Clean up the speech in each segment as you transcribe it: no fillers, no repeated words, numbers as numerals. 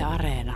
Areena.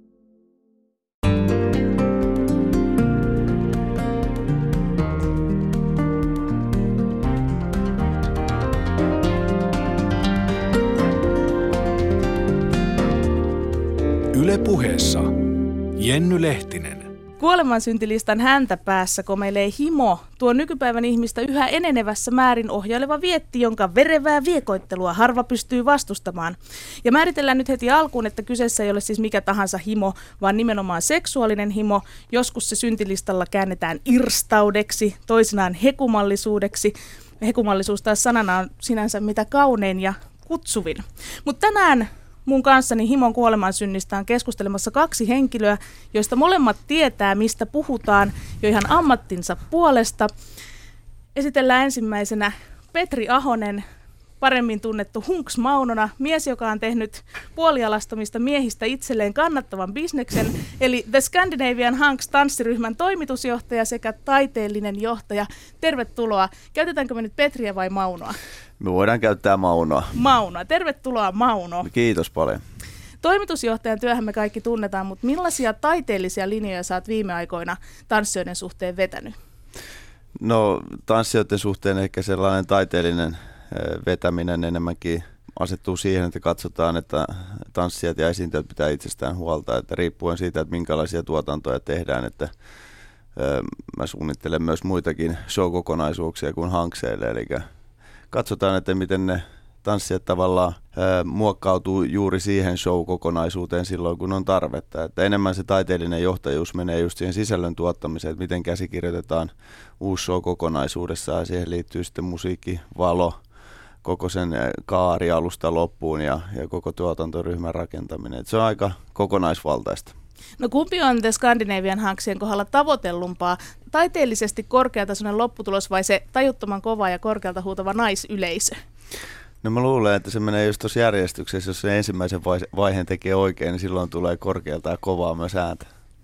Yle Puheessa Jenny Lehtinen. Kuolemansyntilistan häntäpäässä komeilee himo, tuo nykypäivän ihmistä yhä enenevässä määrin ohjaileva vietti, jonka verevää viekoittelua harva pystyy vastustamaan. Ja määritellään nyt heti alkuun, että kyseessä ei ole siis mikä tahansa himo, vaan nimenomaan seksuaalinen himo. Joskus se syntilistalla käännetään irstaudeksi, toisinaan hekumallisuudeksi. Hekumallisuus taas sanana on sinänsä mitä kaunein ja kutsuvin. Mutta tänään mun kanssani himon kuolemansynnistä on keskustelemassa kaksi henkilöä, joista molemmat tietää, mistä puhutaan, jo ihan ammattinsa puolesta. Esitellään ensimmäisenä Petri Ahonen, paremmin tunnettu Hunks Maunona, mies, joka on tehnyt puolialastomista miehistä itselleen kannattavan bisneksen, eli The Scandinavian Hunks -tanssiryhmän toimitusjohtaja sekä taiteellinen johtaja. Tervetuloa. Käytetäänkö me nyt Petriä vai Maunoa? Me voidaan käyttää Maunoa. Maunoa. Tervetuloa, Mauno. Kiitos paljon. Toimitusjohtajan työhän me kaikki tunnetaan, mutta millaisia taiteellisia linjoja sä oot viime aikoina tanssijoiden suhteen vetänyt? No, tanssijoiden suhteen ehkä sellainen taiteellinen vetäminen enemmänkin asettuu siihen, että katsotaan, että tanssijat ja esiintyjät pitää itsestään huolta, että riippuen siitä, että minkälaisia tuotantoja tehdään, että mä suunnittelen myös muitakin show-kokonaisuuksia kuin Hunkseille, eli katsotaan, että miten ne tanssijat tavallaan muokkautuu juuri siihen show-kokonaisuuteen silloin, kun on tarvetta. Että enemmän se taiteellinen johtajuus menee just siihen sisällön tuottamiseen, että miten käsikirjoitetaan uusi show kokonaisuudessaan. Siihen liittyy sitten musiikki, valo, koko sen kaari alusta loppuun ja koko tuotantoryhmän rakentaminen. Että se on aika kokonaisvaltaista. No kumpi on The Scandinavian Hunksien kohdalla tavoitellumpaa? Taiteellisesti korkeatasoinen lopputulos vai se tajuttoman kova ja korkealta huutava naisyleisö? No mä luulen, että se menee just tuossa järjestyksessä, jos se ensimmäisen vaiheen tekee oikein, niin silloin tulee korkealta ja kovaa myös ääntä.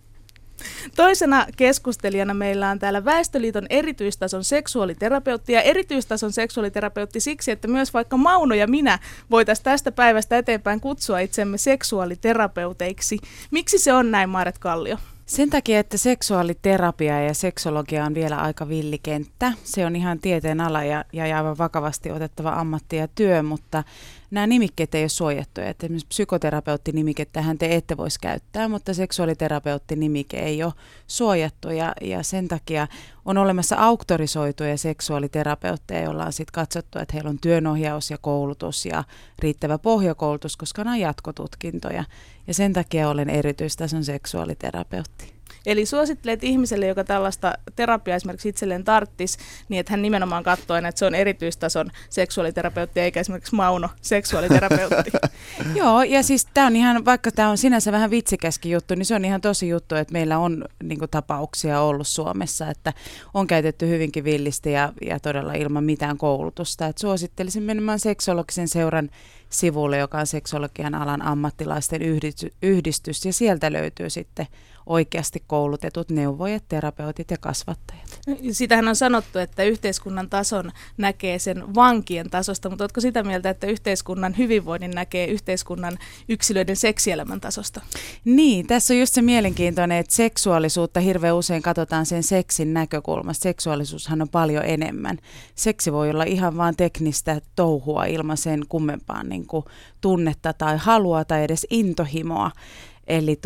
Toisena keskustelijana meillä on täällä Väestöliiton erityistason seksuaaliterapeutti ja erityistason seksuaaliterapeutti siksi, että myös vaikka Mauno ja minä voitaisiin tästä päivästä eteenpäin kutsua itsemme seksuaaliterapeuteiksi. Miksi se on näin, Maaret Kallio? Sen takia, että seksuaaliterapia ja seksologia on vielä aika villikenttä. Se on ihan tieteen ala ja aivan vakavasti otettava ammatti ja työ, mutta nämä nimikkeet ei ole suojattuja. Että esimerkiksi psykoterapeutti-nimikettähän te ette voisi käyttää, mutta seksuaaliterapeutti-nimike ei ole suojattu ja sen takia on olemassa auktorisoituja seksuaaliterapeutteja, joilla on sitten katsottu, että heillä on työnohjaus ja koulutus ja riittävä pohjakoulutus, koska nämä on jatkotutkintoja. Ja sen takia olen erityistason seksuaaliterapeutti. Eli suosittelet ihmiselle, joka tällaista terapiaa esimerkiksi itselleen tarttisi, niin että hän nimenomaan katsoo aina, että se on erityistason seksuaaliterapeutti eikä esimerkiksi Mauno seksuaaliterapeutti. Joo, ja siis tämä on ihan, vaikka tämä on sinänsä vähän vitsikäskin juttu, niin se on ihan tosi juttu, että meillä on tapauksia ollut Suomessa, että on käytetty hyvinkin villisti ja todella ilman mitään koulutusta. Et suosittelisin menemään seksologisen seuran sivulle, joka on seksologian alan ammattilaisten yhdistys, ja sieltä löytyy sitten oikeasti koulutetut neuvojat, terapeutit ja kasvattajat. Sitähän on sanottu, että yhteiskunnan tason näkee sen vankien tasosta, mutta oletko sitä mieltä, että yhteiskunnan hyvinvoinnin näkee yhteiskunnan yksilöiden seksielämän tasosta? Niin, tässä on just se mielenkiintoinen, että seksuaalisuutta hirveän usein katsotaan sen seksin näkökulmasta. Seksuaalisuushan on paljon enemmän. Seksi voi olla ihan vaan teknistä touhua ilman sen kummempaa niin kuin tunnetta tai halua tai edes intohimoa. Eli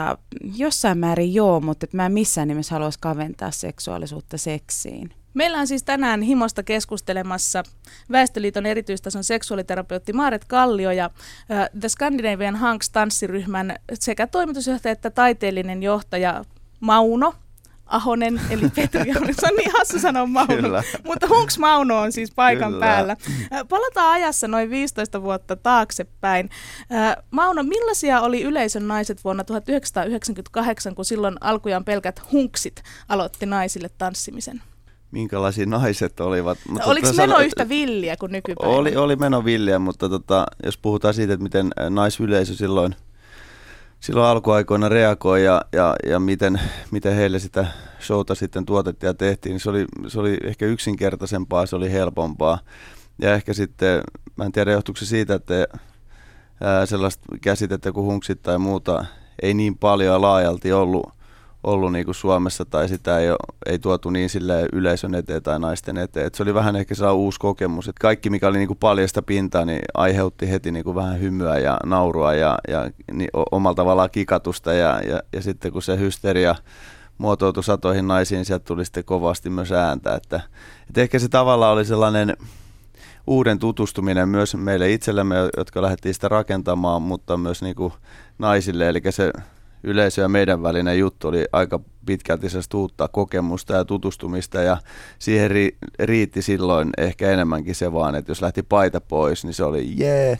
jossain määrin joo, mutta mä en missään nimessä haluaisi kaventaa seksuaalisuutta seksiin. Meillä on siis tänään himosta keskustelemassa Väestöliiton erityistason seksuaaliterapeutti Maaret Kallio ja The Scandinavian Hunks -tanssiryhmän sekä toimitusjohtaja että taiteellinen johtaja Mauno Ahonen, eli Petri Ahonen. Se on niin hassu sanoa Mauno, kyllä. Mutta Hunks Mauno on siis paikan kyllä päällä. Palataan ajassa noin 15 vuotta taaksepäin. Mauno, millaisia oli yleisön naiset vuonna 1998, kun silloin alkujaan pelkät hunksit aloitti naisille tanssimisen? Minkälaisia naiset olivat? Mutta oliko meno yhtä villiä kuin nykypäivänä? Oli meno villiä, mutta jos puhutaan siitä, että miten naisyleisö silloin alkuaikoina reagoi ja miten heille sitä showta sitten tuotettiin ja tehtiin, niin se oli ehkä yksinkertaisempaa, se oli helpompaa. Ja ehkä sitten, mä en tiedä johtuuko se siitä, että sellaista käsitettä kuin hunksit tai muuta ei niin paljon laajalti ollut niin kuin Suomessa, tai sitä ei tuotu niin silleen yleisön eteen tai naisten eteen. Et se oli vähän ehkä sellainen uusi kokemus, että kaikki mikä oli niin kuin paljasta pintaa, niin aiheutti heti niin kuin vähän hymyä ja naurua ja niin omalla tavallaan kikatusta, ja sitten kun se hysteria muotoutui satoihin naisiin, sieltä tuli sitten kovasti myös ääntä. Että ehkä se tavallaan oli sellainen uuden tutustuminen myös meille itsellemme, jotka lähdettiin sitä rakentamaan, mutta myös niin kuin naisille, eli se yleisö ja meidän välinen juttu oli aika pitkälti sellaista uutta kokemusta ja tutustumista, ja siihen riitti silloin ehkä enemmänkin se vaan, että jos lähti paita pois, niin se oli jee.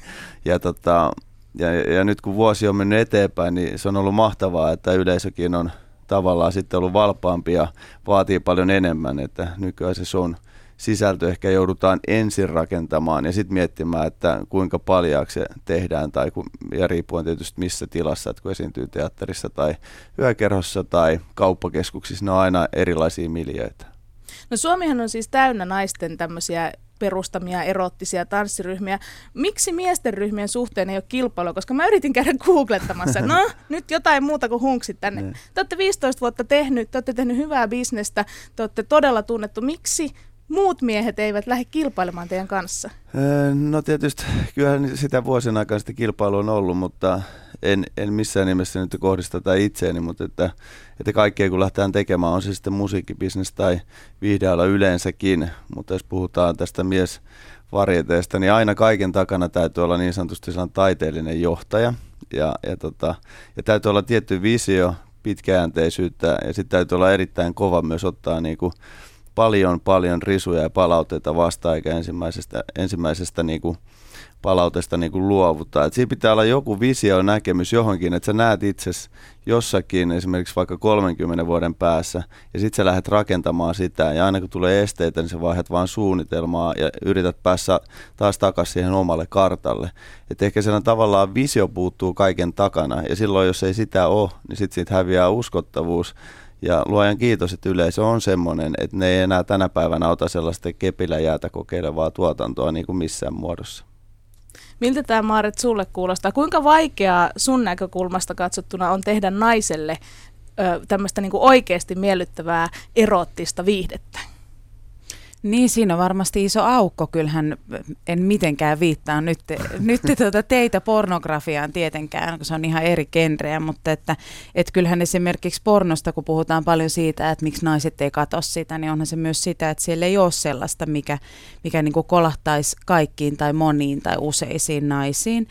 Ja nyt kun vuosi on mennyt eteenpäin, niin se on ollut mahtavaa, että yleisökin on tavallaan sitten ollut valpaampi ja vaatii paljon enemmän, että nykyään se sun sisältö ehkä joudutaan ensin rakentamaan ja sitten miettimään, että kuinka paljaaksi se tehdään, ja riippuen tietysti missä tilassa, että kun esiintyy teatterissa tai yökerhossa tai kauppakeskuksissa, ne on aina erilaisia miljöitä. No Suomihan on siis täynnä naisten tämmöisiä perustamia erottisia tanssiryhmiä. Miksi miesten ryhmien suhteen ei ole kilpailua? Koska mä yritin käydä googlettamassa, nyt jotain muuta kuin hunksit tänne. Ne. Te olette 15 vuotta tehnyt, te olette tehnyt hyvää bisnestä, te olette todella tunnettu. Miksi muut miehet eivät lähde kilpailemaan teidän kanssa? No tietysti kyllähän sitä vuosien aikana sitä kilpailua on ollut, mutta en missään nimessä nyt kohdista tätä itseäni, mutta että kaikkea kun lähdetään tekemään, on se sitten musiikkibisnes tai viihdeala yleensäkin, mutta jos puhutaan tästä miesvarieteesta, niin aina kaiken takana täytyy olla niin sanotusti sellainen taiteellinen johtaja ja täytyy olla tietty visio, pitkäjänteisyyttä, ja sitten täytyy olla erittäin kova myös ottaa niinku paljon risuja ja palautteita vastaan, eikä ensimmäisestä niinku palautesta niinku luovuttaa. Et siinä pitää olla joku visio ja näkemys johonkin, että sä näet itsesi jossakin esimerkiksi vaikka 30 vuoden päässä, ja sitten sä lähdet rakentamaan sitä, ja aina kun tulee esteitä, niin sä vaihdat vaan suunnitelmaa ja yrität päästä taas takaisin siihen omalle kartalle. Et ehkä sellainen tavallaan visio puuttuu kaiken takana, ja silloin jos ei sitä ole, niin sitten siitä häviää uskottavuus. Ja luojan kiitos, että yleisö on semmoinen, että ne ei enää tänä päivänä ota sellaista kepillä jäätä kokeilevaa tuotantoa niin kuin missään muodossa. Miltä tämä, Maaret, sulle kuulostaa? Kuinka vaikeaa sun näkökulmasta katsottuna on tehdä naiselle tämmöistä niin kuin oikeasti miellyttävää erottista viihdettä? Niin, siinä on varmasti iso aukko. Kyllähän en mitenkään viittaa nyt teitä pornografiaan tietenkään, kun se on ihan eri genreä, mutta että kyllähän esimerkiksi pornosta, kun puhutaan paljon siitä, että miksi naiset ei katso sitä, niin onhan se myös sitä, että siellä ei ole sellaista, mikä niin kuin kolahtaisi kaikkiin tai moniin tai useisiin naisiin.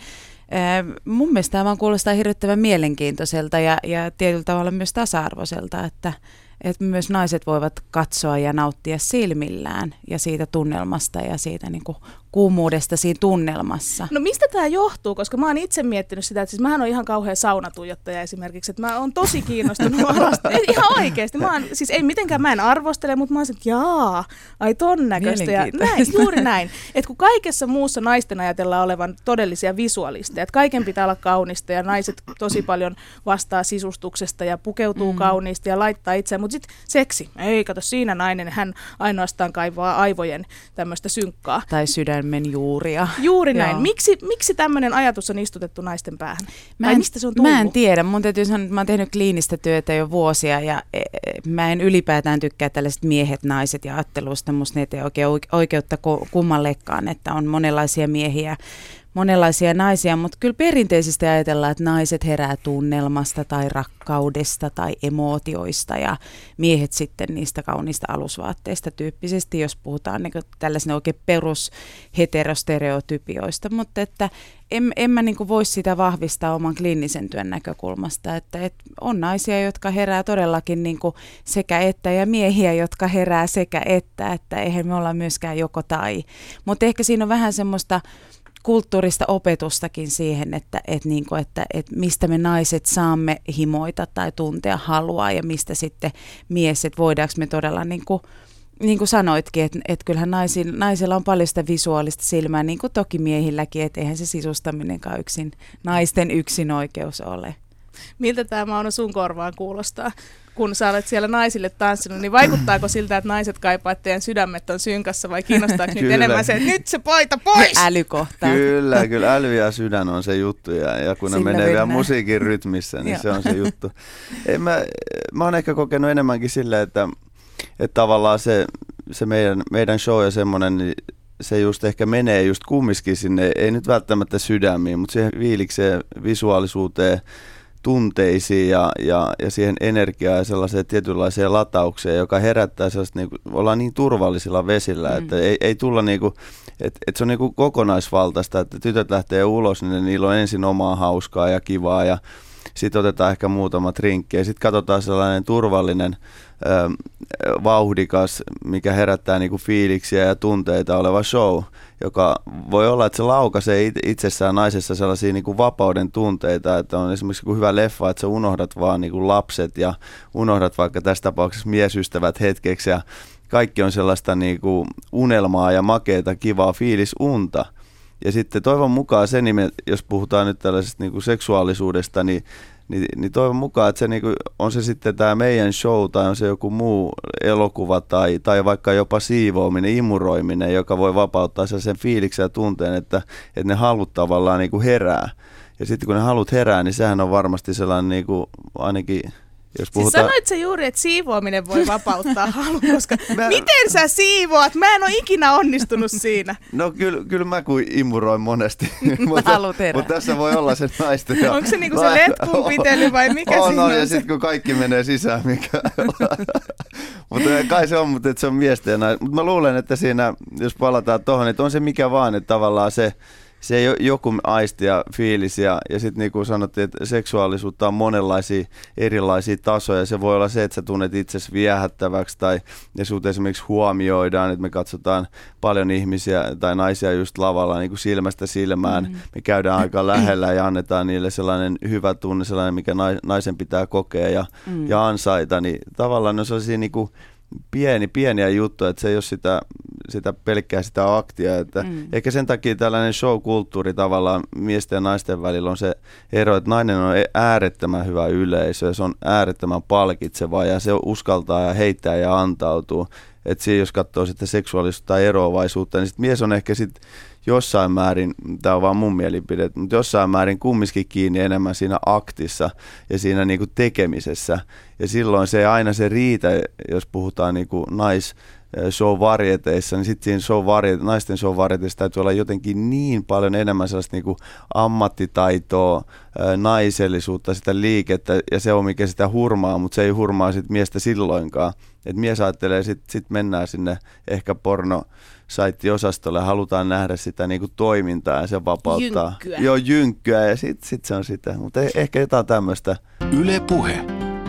Mun mielestä tämä vaan kuulostaa hirvittävän mielenkiintoiselta ja tietyllä tavalla myös tasa-arvoiselta, että myös naiset voivat katsoa ja nauttia silmillään ja siitä tunnelmasta ja siitä niin kuin kuumuudesta siinä tunnelmassa. No mistä tämä johtuu? Koska mä oon itse miettinyt sitä, että siis mähän on ihan kauhean saunatuijottaja esimerkiksi, että mä oon tosi kiinnostunut alasta. Ihan oikeasti. Siis ei mitenkään, mä en arvostele, mutta mä oon että jaa, ai ton näköistä. Ja näin, juuri näin. Että kun kaikessa muussa naisten ajatellaan olevan todellisia visualisteja, että kaiken pitää olla kaunista ja naiset tosi paljon vastaa sisustuksesta ja pukeutuu kauniisti ja laittaa itseään, mutta sitten seksi. Ei, kato siinä nainen, hän ainoastaan kaivaa aivojen tämmöistä synkkaa. Tai sydämen juuria. Juuri näin. Miksi tämmöinen ajatus on istutettu naisten päähän? Mistä se on tullut? Mä en tiedä. Mun täytyy sanoa, että mä oon tehnyt kliinistä työtä jo vuosia ja mä en ylipäätään tykkää tällaiset miehet, naiset ja ajattelusta. Musta ne ei oikein oikeutta kummallekaan, että on monenlaisia miehiä, monenlaisia naisia, mutta kyllä perinteisesti ajatellaan, että naiset herää tunnelmasta tai rakkaudesta tai emootioista ja miehet sitten niistä kauniista alusvaatteista tyyppisesti, jos puhutaan niin tällaisena oikein perusheterostereotypioista, mutta että en mä niin voi sitä vahvistaa oman kliinisen työn näkökulmasta, että on naisia, jotka herää todellakin niin sekä että ja miehiä, jotka herää sekä että eihän me olla myöskään joko tai, mutta ehkä siinä on vähän semmoista kulttuurista opetustakin siihen, että mistä me naiset saamme himoita tai tuntea halua ja mistä sitten mies, että voidaanko me todella niin kuin sanoitkin, että kyllähän naisilla on paljon sitä visuaalista silmää, niin kuin toki miehilläkin, että eihän se sisustaminenkaan naisten yksin oikeus ole. Miltä tämä, Mauno, sun korvaan kuulostaa? kun sä olet siellä naisille tanssinut, niin vaikuttaako siltä, että naiset kaipaa, että teidän sydämet on synkassa vai kiinnostaako nyt enemmän se, että nyt se paita pois? Älykohta. Kyllä, äly ja sydän on se juttu ja kun ne menee vielä musiikin rytmissä, niin se on se juttu. Mä oon ehkä kokenut enemmänkin silleen, että tavallaan se meidän show ja semmoinen, niin se just ehkä menee just kumminkin sinne, ei nyt välttämättä sydämiin, mutta siihen fiilikseen, visuaalisuuteen, tunteisiin ja siihen energiaan ja sellaiseen tietynlaiseen lataukseen, joka herättää sellaista, niin kuin, ollaan niin turvallisilla vesillä, että ei tulla niin kuin, että se on niin kuin kokonaisvaltaista, että tytöt lähtee ulos, niin niillä on ensin omaa hauskaa ja kivaa ja sitten otetaan ehkä muutama drinkki ja sitten katsotaan sellainen turvallinen, vauhdikas, mikä herättää niinku fiiliksiä ja tunteita oleva show, joka voi olla, että se laukaisee itsessään naisessa sellaisia niinku vapauden tunteita, että on esimerkiksi hyvä leffa, että sä unohdat vaan niinku lapset ja unohdat vaikka tässä tapauksessa miesystävät hetkeksi ja kaikki on sellaista niinku unelmaa ja makeata, kivaa fiilisunta. Ja sitten toivon mukaan se, jos puhutaan nyt tällaisesta niinku seksuaalisuudesta, niin toivon mukaan, että se niinku, on se sitten tämä meidän show tai on se joku muu elokuva tai vaikka jopa siivoaminen, imuroiminen, joka voi vapauttaa sen fiiliksen ja tunteen, että ne halut tavallaan niinku herää. Ja sitten kun ne halut herää, niin sehän on varmasti sellainen niinku, ainakin... Jos puhutaan... Siis sanoit sä juuri, että siivoaminen voi vapauttaa halun, koska miten sä siivoat? Mä en ole ikinä onnistunut siinä. No kyllä mä kuin imuroin monesti, mutta tässä voi olla se naisten. Onko se niinku se letkun pitely vai mikä siinä on? Ja sitten kun kaikki menee sisään, mikä mutta kai se on, mutta se on miesten ja naisten. Mutta mä luulen, että siinä, jos palataan tuohon, että on se mikä vaan, että tavallaan se joku aisti ja fiilis ja sitten niin kuin sanottiin, että seksuaalisuutta on monenlaisia erilaisia tasoja. Se voi olla se, että sä tunnet itsesi viehättäväksi tai ja sut esimerkiksi huomioidaan, että me katsotaan paljon ihmisiä tai naisia just lavalla niin kuin silmästä silmään. Me käydään aika lähellä ja annetaan niille sellainen hyvä tunne, sellainen mikä naisen pitää kokea ja ansaita. Niin tavallaan ne on sellaisia niin kuin pieniä juttuja, että se ei ole sitä pelkkää sitä aktia. Että ehkä sen takia tällainen show-kulttuuri tavallaan miesten ja naisten välillä on se ero, että nainen on äärettömän hyvä yleisö ja se on äärettömän palkitseva ja se uskaltaa ja heittää ja antautuu. Että siinä jos katsoo sitten seksuaalisuutta tai eroavaisuutta, niin sitten mies on ehkä sitten jossain määrin, tämä on vaan mun mielipide, mutta jossain määrin kumminkin kiinni enemmän siinä aktissa ja siinä niinku tekemisessä. Ja silloin se ei aina se riitä, jos puhutaan niinku show-varieteissa, niin sitten siinä naisten show-varieteissa täytyy olla jotenkin niin paljon enemmän sellaista niinku ammattitaitoa, naisellisuutta, sitä liikettä, ja se on mikä sitä hurmaa, mutta se ei hurmaa sit miestä silloinkaan. Et mies ajattelee, sit mennään sinne ehkä pornosaittiosastolle ja halutaan nähdä sitä niinku toimintaa ja se vapauttaa. Jynkkyä. Joo, jynkkyä ja sit se on sitä, mutta ehkä jotain tämmöistä. Yle Puhe.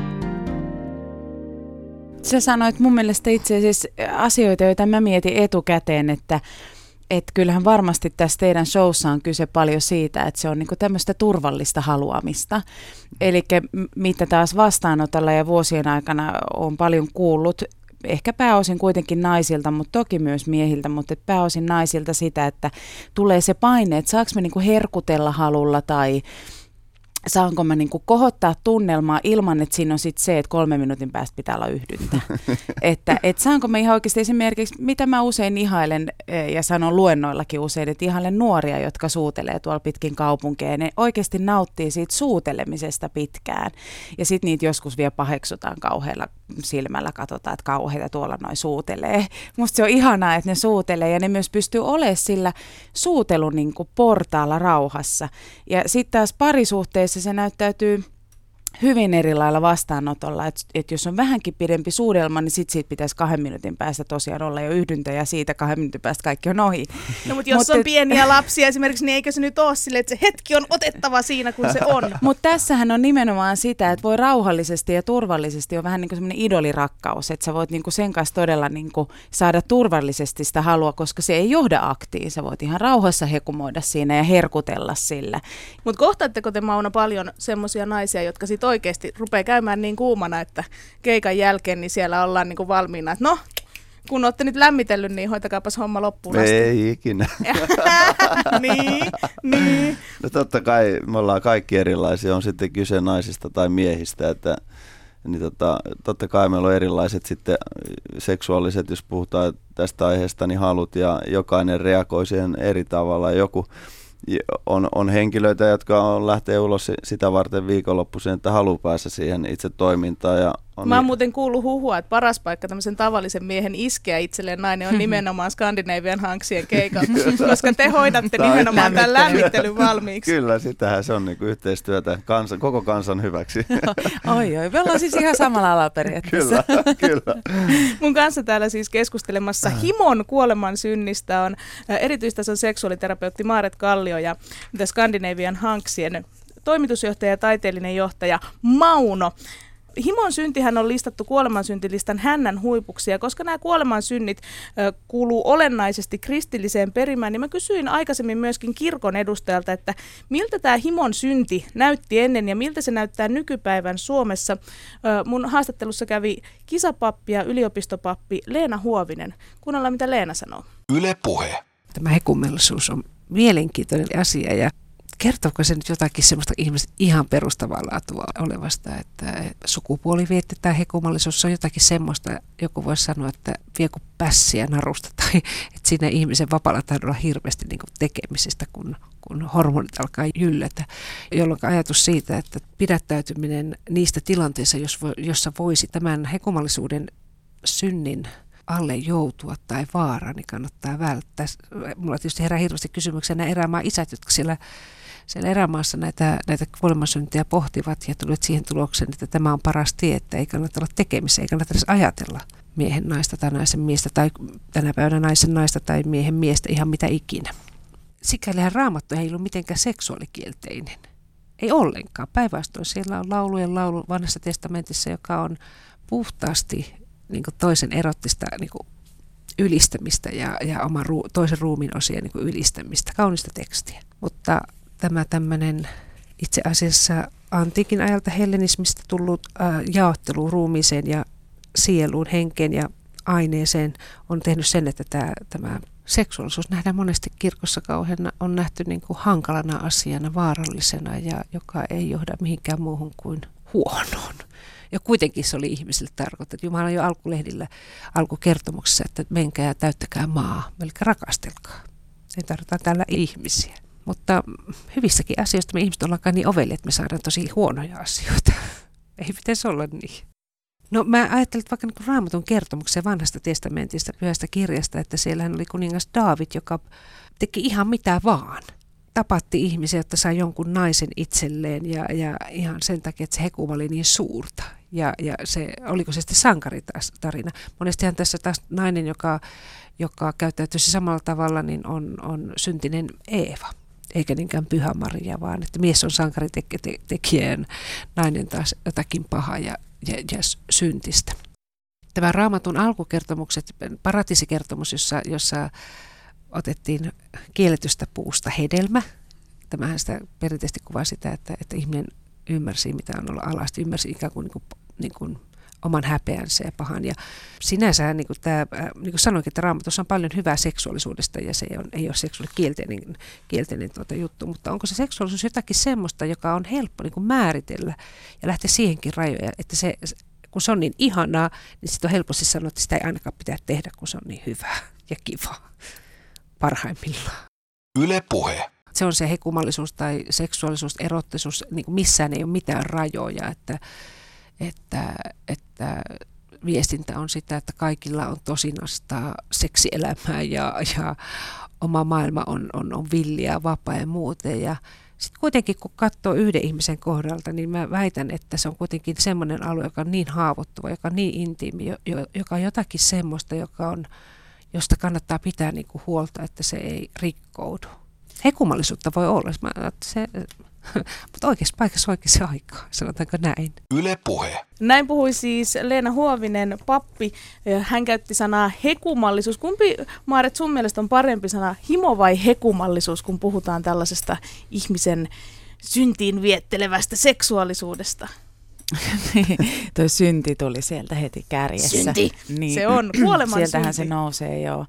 Sä sanoit mun mielestä itse asiassa asioita, joita mä mietin etukäteen, että kyllähän varmasti tässä teidän showssa on kyse paljon siitä, että se on niinku tämmöistä turvallista haluamista. Eli mitä taas vastaanotolla ja vuosien aikana on paljon kuullut, ehkä pääosin kuitenkin naisilta, mutta toki myös miehiltä, mutta pääosin naisilta sitä, että tulee se paine, että saanko me niinku herkutella halulla tai saanko mä niinku kohottaa tunnelmaa ilman, että siinä on sitten se, että 3 minuutin päästä pitää olla yhdyntä. että saanko mä ihan oikeasti esimerkiksi, mitä mä usein ihailen ja sanon luennoillakin usein, että ihailen nuoria, jotka suutelee tuolla pitkin kaupunkeja. Ne oikeasti nauttii siitä suutelemisesta pitkään. Ja sitten niitä joskus vielä paheksutaan kauhealla silmällä, katsotaan, että kauheita tuolla noin suutelee. Musta se on ihanaa, että ne suutelee ja ne myös pystyy olemaan sillä suutelun niinku portaalla rauhassa. Ja sitten taas parisuhteessa se näyttäytyy hyvin eri lailla vastaanotolla, että jos on vähänkin pidempi suudelma, niin sit siitä pitäisi 2 minuutin päästä tosiaan olla jo yhdyntä ja siitä 2 minuutin päästä kaikki on ohi. No mutta jos on pieniä lapsia esimerkiksi, niin eikö se nyt ole silleen, että se hetki on otettava siinä, kun se on? Mutta tässähän on nimenomaan sitä, että voi rauhallisesti ja turvallisesti on vähän niin kuin semmoinen idolirakkaus, että sä voit niin kuin sen kanssa todella niin kuin saada turvallisesti sitä halua, koska se ei johda aktiin. Sä voit ihan rauhassa hekumoida siinä ja herkutella sillä. Mutta kohtaatteko te, Mauno, paljon semmoisia naisia, jotka sit oikeasti rupeaa käymään niin kuumana, että keikan jälkeen niin siellä ollaan niin kuin valmiina, että no, kun olette nyt lämmitellyt, niin hoitakaapas homma loppuun asti. Ei ikinä. niin. No totta kai me ollaan kaikki erilaisia, on sitten kyse naisista tai miehistä, että niin totta kai meillä on erilaiset sitten seksuaaliset, jos puhutaan tästä aiheesta, niin halut, ja jokainen reagoi siihen eri tavalla. Joku on henkilöitä, jotka lähtee ulos sitä varten viikonloppuisin, että haluaa päästä siihen itse toimintaan. Ja mä oon muuten kuullut huhua, että paras paikka tämmöisen tavallisen miehen iskeä itselleen nainen on nimenomaan Scandinavian Hanksien keikalla, koska te hoidatte nimenomaan tämän lämmittelyn valmiiksi. Kyllä, sitähän se on niin kuin yhteistyötä koko kansan hyväksi. Oi, me ollaan siis ihan samalla alalla periaatteessa. Kyllä. Mun kanssa täällä siis keskustelemassa himon kuoleman synnistä on erityistason seksuaaliterapeutti Maaret Kallio ja Scandinavian Hanksien toimitusjohtaja ja taiteellinen johtaja Mauno. Himon syntihän on listattu kuolemansyintilistan hännän huipuksi, ja koska nämä kuolemansynnit kuuluu olennaisesti kristilliseen perimään, niin mä kysyin aikaisemmin myöskin kirkon edustajalta, että miltä tämä himon synti näytti ennen ja miltä se näyttää nykypäivän Suomessa. Mun haastattelussa kävi kisapappi ja yliopistopappi Leena Huovinen. Kuunnellaan, mitä Leena sanoo. Yle Puhe. Tämä hekumallisuus on mielenkiintoinen asia, ja kertooko se nyt jotakin semmoista ihmistä ihan perustavaa laatua olevasta, että sukupuolivietti tai hekumallisuus on jotakin semmoista, joku voisi sanoa, että vie kuin pässiä narusta, tai että siinä ihmisen vapaalla tahdolla hirveästi niin kuin tekemisestä, kun hormonit alkaa jyllätä, jolloin ajatus siitä, että pidättäytyminen niistä tilanteissa, jossa voisi tämän hekumallisuuden synnin alle joutua tai vaara, niin kannattaa välttää. Mulla tietysti herää hirveästi kysymyksiä nämä erämaan isät, jotka siellä erämaassa näitä kuolemansyntiä pohtivat ja tulivat siihen tulokseen, että tämä on paras tie, että ei kannata olla tekemisissä, ei kannata edes ajatella miehen naista tai naisen miestä tai tänä päivänä naisen naista tai miehen miestä, ihan mitä ikinä. Sikälihän Raamattu ei ollut mitenkään seksuaalikielteinen. Ei ollenkaan. Päinvastoin siellä on laulujen laulu Vanhassa testamentissa, joka on puhtaasti niin kuin toisen erottista niin kuin ylistämistä ja oman toisen ruumiin osien niin kuin ylistämistä, kaunista tekstiä. Mutta tämä tämmöinen itse asiassa antiikin ajalta hellenismistä tullut jaottelu ruumiiseen ja sieluun, henkeen ja aineeseen on tehnyt sen, että tämä seksuaalisuus nähdään monesti kirkossa kauheana, on nähty niin kuin hankalana asiana, vaarallisena ja joka ei johda mihinkään muuhun kuin huonoon. Ja kuitenkin se oli ihmisille tarkoitettu. Jumala jo alkukertomuksessa, että menkää ja täyttäkää maa, eli rakastelkaa. Se tarvitaan täällä ihmisiä. Mutta hyvissäkin asioista me ihmiset ollaankaan niin ovelle, että me saadaan tosi huonoja asioita. Ei pitäisi olla niin. No mä ajattelin, että vaikka niin Raamatun kertomuksen Vanhasta testamentista, Pyhästä kirjasta, että siellähän oli kuningas Daavid, joka teki ihan mitä vaan. Tapatti ihmisiä, jotta sai jonkun naisen itselleen ja ihan sen takia, että se hekuma oli niin suurta. Ja se, oliko se sitten sankaritarina? Monestihan tässä taas nainen, joka käyttäytyisi samalla tavalla, niin on syntinen Eeva, eikä niinkään Pyhä Maria, vaan että mies on sankaritekijä ja nainen taas jotakin pahaa ja syntistä. Tämä Raamatun alkukertomukset, paratiisikertomus, jossa otettiin kielletystä puusta hedelmä. Tämähän sitä perinteisesti kuvaa sitä, että ihminen ymmärsi, mitä on ollut alasti, ymmärsi ikään kuin oman häpeänsä ja pahan. Ja sinänsä, niin kuin sanoinkin, että Raamatussa on paljon hyvää seksuaalisuudesta ja se ei ole seksuaalikielteinen juttu, mutta onko se seksuaalisuus jotakin semmoista, joka on helppo niin kuin määritellä ja lähteä siihenkin rajoja, että kun se on niin ihanaa, niin sitten on helposti sanoa, että sitä ei ainakaan pitää tehdä, kun se on niin hyvää ja kivaa parhaimmillaan. Yle Puhe. Se on se hekumallisuus tai seksuaalisuus, erottisuus, niin kuin missään ei ole mitään rajoja, että viestintä on sitä, että kaikilla on tosinasta seksielämää ja oma maailma on villiä, vapaa ja muuten. Ja sitten kuitenkin kun katsoo yhden ihmisen kohdalta, niin mä väitän, että se on kuitenkin semmoinen alue, joka on niin haavoittuva, joka on niin intiimi, joka on jotakin semmoista, josta kannattaa pitää niin kuin huolta, että se ei rikkoudu. Hekumallisuutta voi olla, mutta oikeassa paikassa oikeassa aikaa, sanotaanko näin. Yle Puhe. Näin puhui siis Leena Huovinen, pappi. Hän käytti sanaa hekumallisuus. Kumpi, Maaret, sun mielestä on parempi sana, himo vai hekumallisuus, kun puhutaan tällaisesta ihmisen syntiin viettelevästä seksuaalisuudesta? Toi synti tuli sieltä heti kärjessä. Synti! Niin. Se on kuoleman Sieltähän synti. se nousee, joo.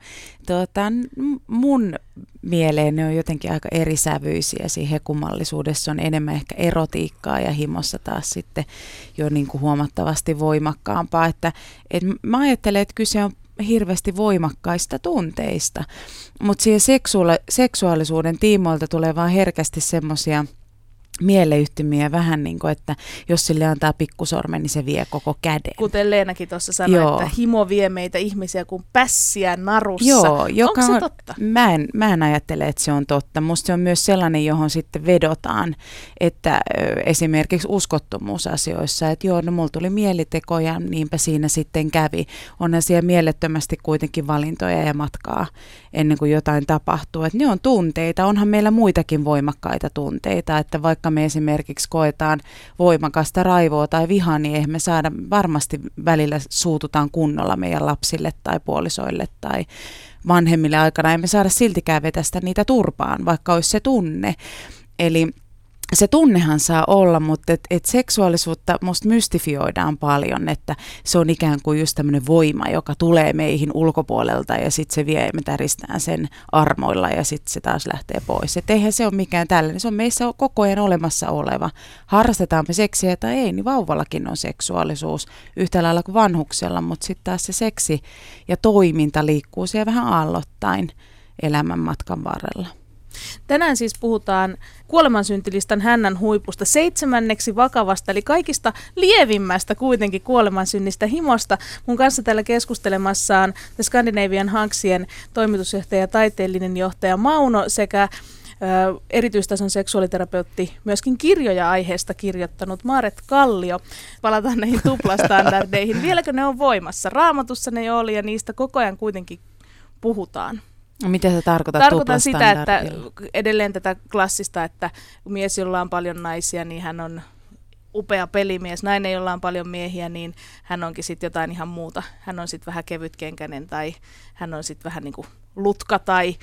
Mun mieleen ne on jotenkin aika erisävyisiä. Siinä hekumallisuudessa on enemmän ehkä erotiikkaa ja himossa taas sitten jo niin kuin huomattavasti voimakkaampaa. Että mä ajattelen, että kyse on hirveästi voimakkaista tunteista, mutta siihen seksuaalisuuden tiimoilta tulee vaan herkästi semmoisia mieleyhtymiä vähän niin kuin, että jos sille antaa pikkusormen, niin se vie koko käden. Kuten Leenakin tuossa sanoi, Joo. että himo vie meitä ihmisiä kuin pässiä narussa. Joo, onko se totta? Mä en ajattele, että se on totta. Musta se on myös sellainen, johon sitten vedotaan, että esimerkiksi uskottomuusasioissa, että joo, no mulla tuli mieliteko ja niinpä siinä sitten kävi. Onhan siellä mielettömästi kuitenkin valintoja ja matkaa ennen kuin jotain tapahtuu. Että ne on tunteita, onhan meillä muitakin voimakkaita tunteita, että vaikka me esimerkiksi koetaan voimakasta raivoa tai vihaa, niin eihän me saada, varmasti välillä suututaan kunnolla meidän lapsille tai puolisoille tai vanhemmille aikana, emme saada siltikään vetästä niitä turpaan, vaikka olisi se tunne. Eli se tunnehan saa olla, mutta et seksuaalisuutta musta mystifioidaan paljon, että se on ikään kuin just tämmöinen voima, joka tulee meihin ulkopuolelta ja sitten se vie ja me täristään sen armoilla ja sitten se taas lähtee pois. Et eihän se ole mikään tällainen, se on meissä koko ajan olemassa oleva. Harrastetaan me seksiä tai ei, niin vauvallakin on seksuaalisuus yhtä lailla kuin vanhuksella, mutta sitten taas se seksi ja toiminta liikkuu siellä vähän aalloittain elämän matkan varrella. Tänään siis puhutaan kuolemansyntilistan hännän huipusta 7. vakavasta, eli kaikista lievimmästä kuitenkin kuolemansynnistä himosta. Mun kanssa täällä keskustelemassa on The Scandinavian Hunksien toimitusjohtaja ja taiteellinen johtaja Mauno sekä erityistason seksuaaliterapeutti, myöskin kirjoja aiheesta kirjoittanut Maaret Kallio. Palataan näihin tuplastandardeihin. Vieläkö ne on voimassa? Raamatussa ne jo oli ja niistä koko ajan kuitenkin puhutaan. Mitä sä tarkoitat Tarkoitan sitä, että tuplastandardilla? edelleen tätä klassista, että mies, jolla on paljon naisia, niin hän on upea pelimies. Nainen, jolla on paljon miehiä, niin hän onkin sitten jotain ihan muuta. Hän on sitten vähän kevytkenkäinen tai hän on sitten vähän niin kuin lutka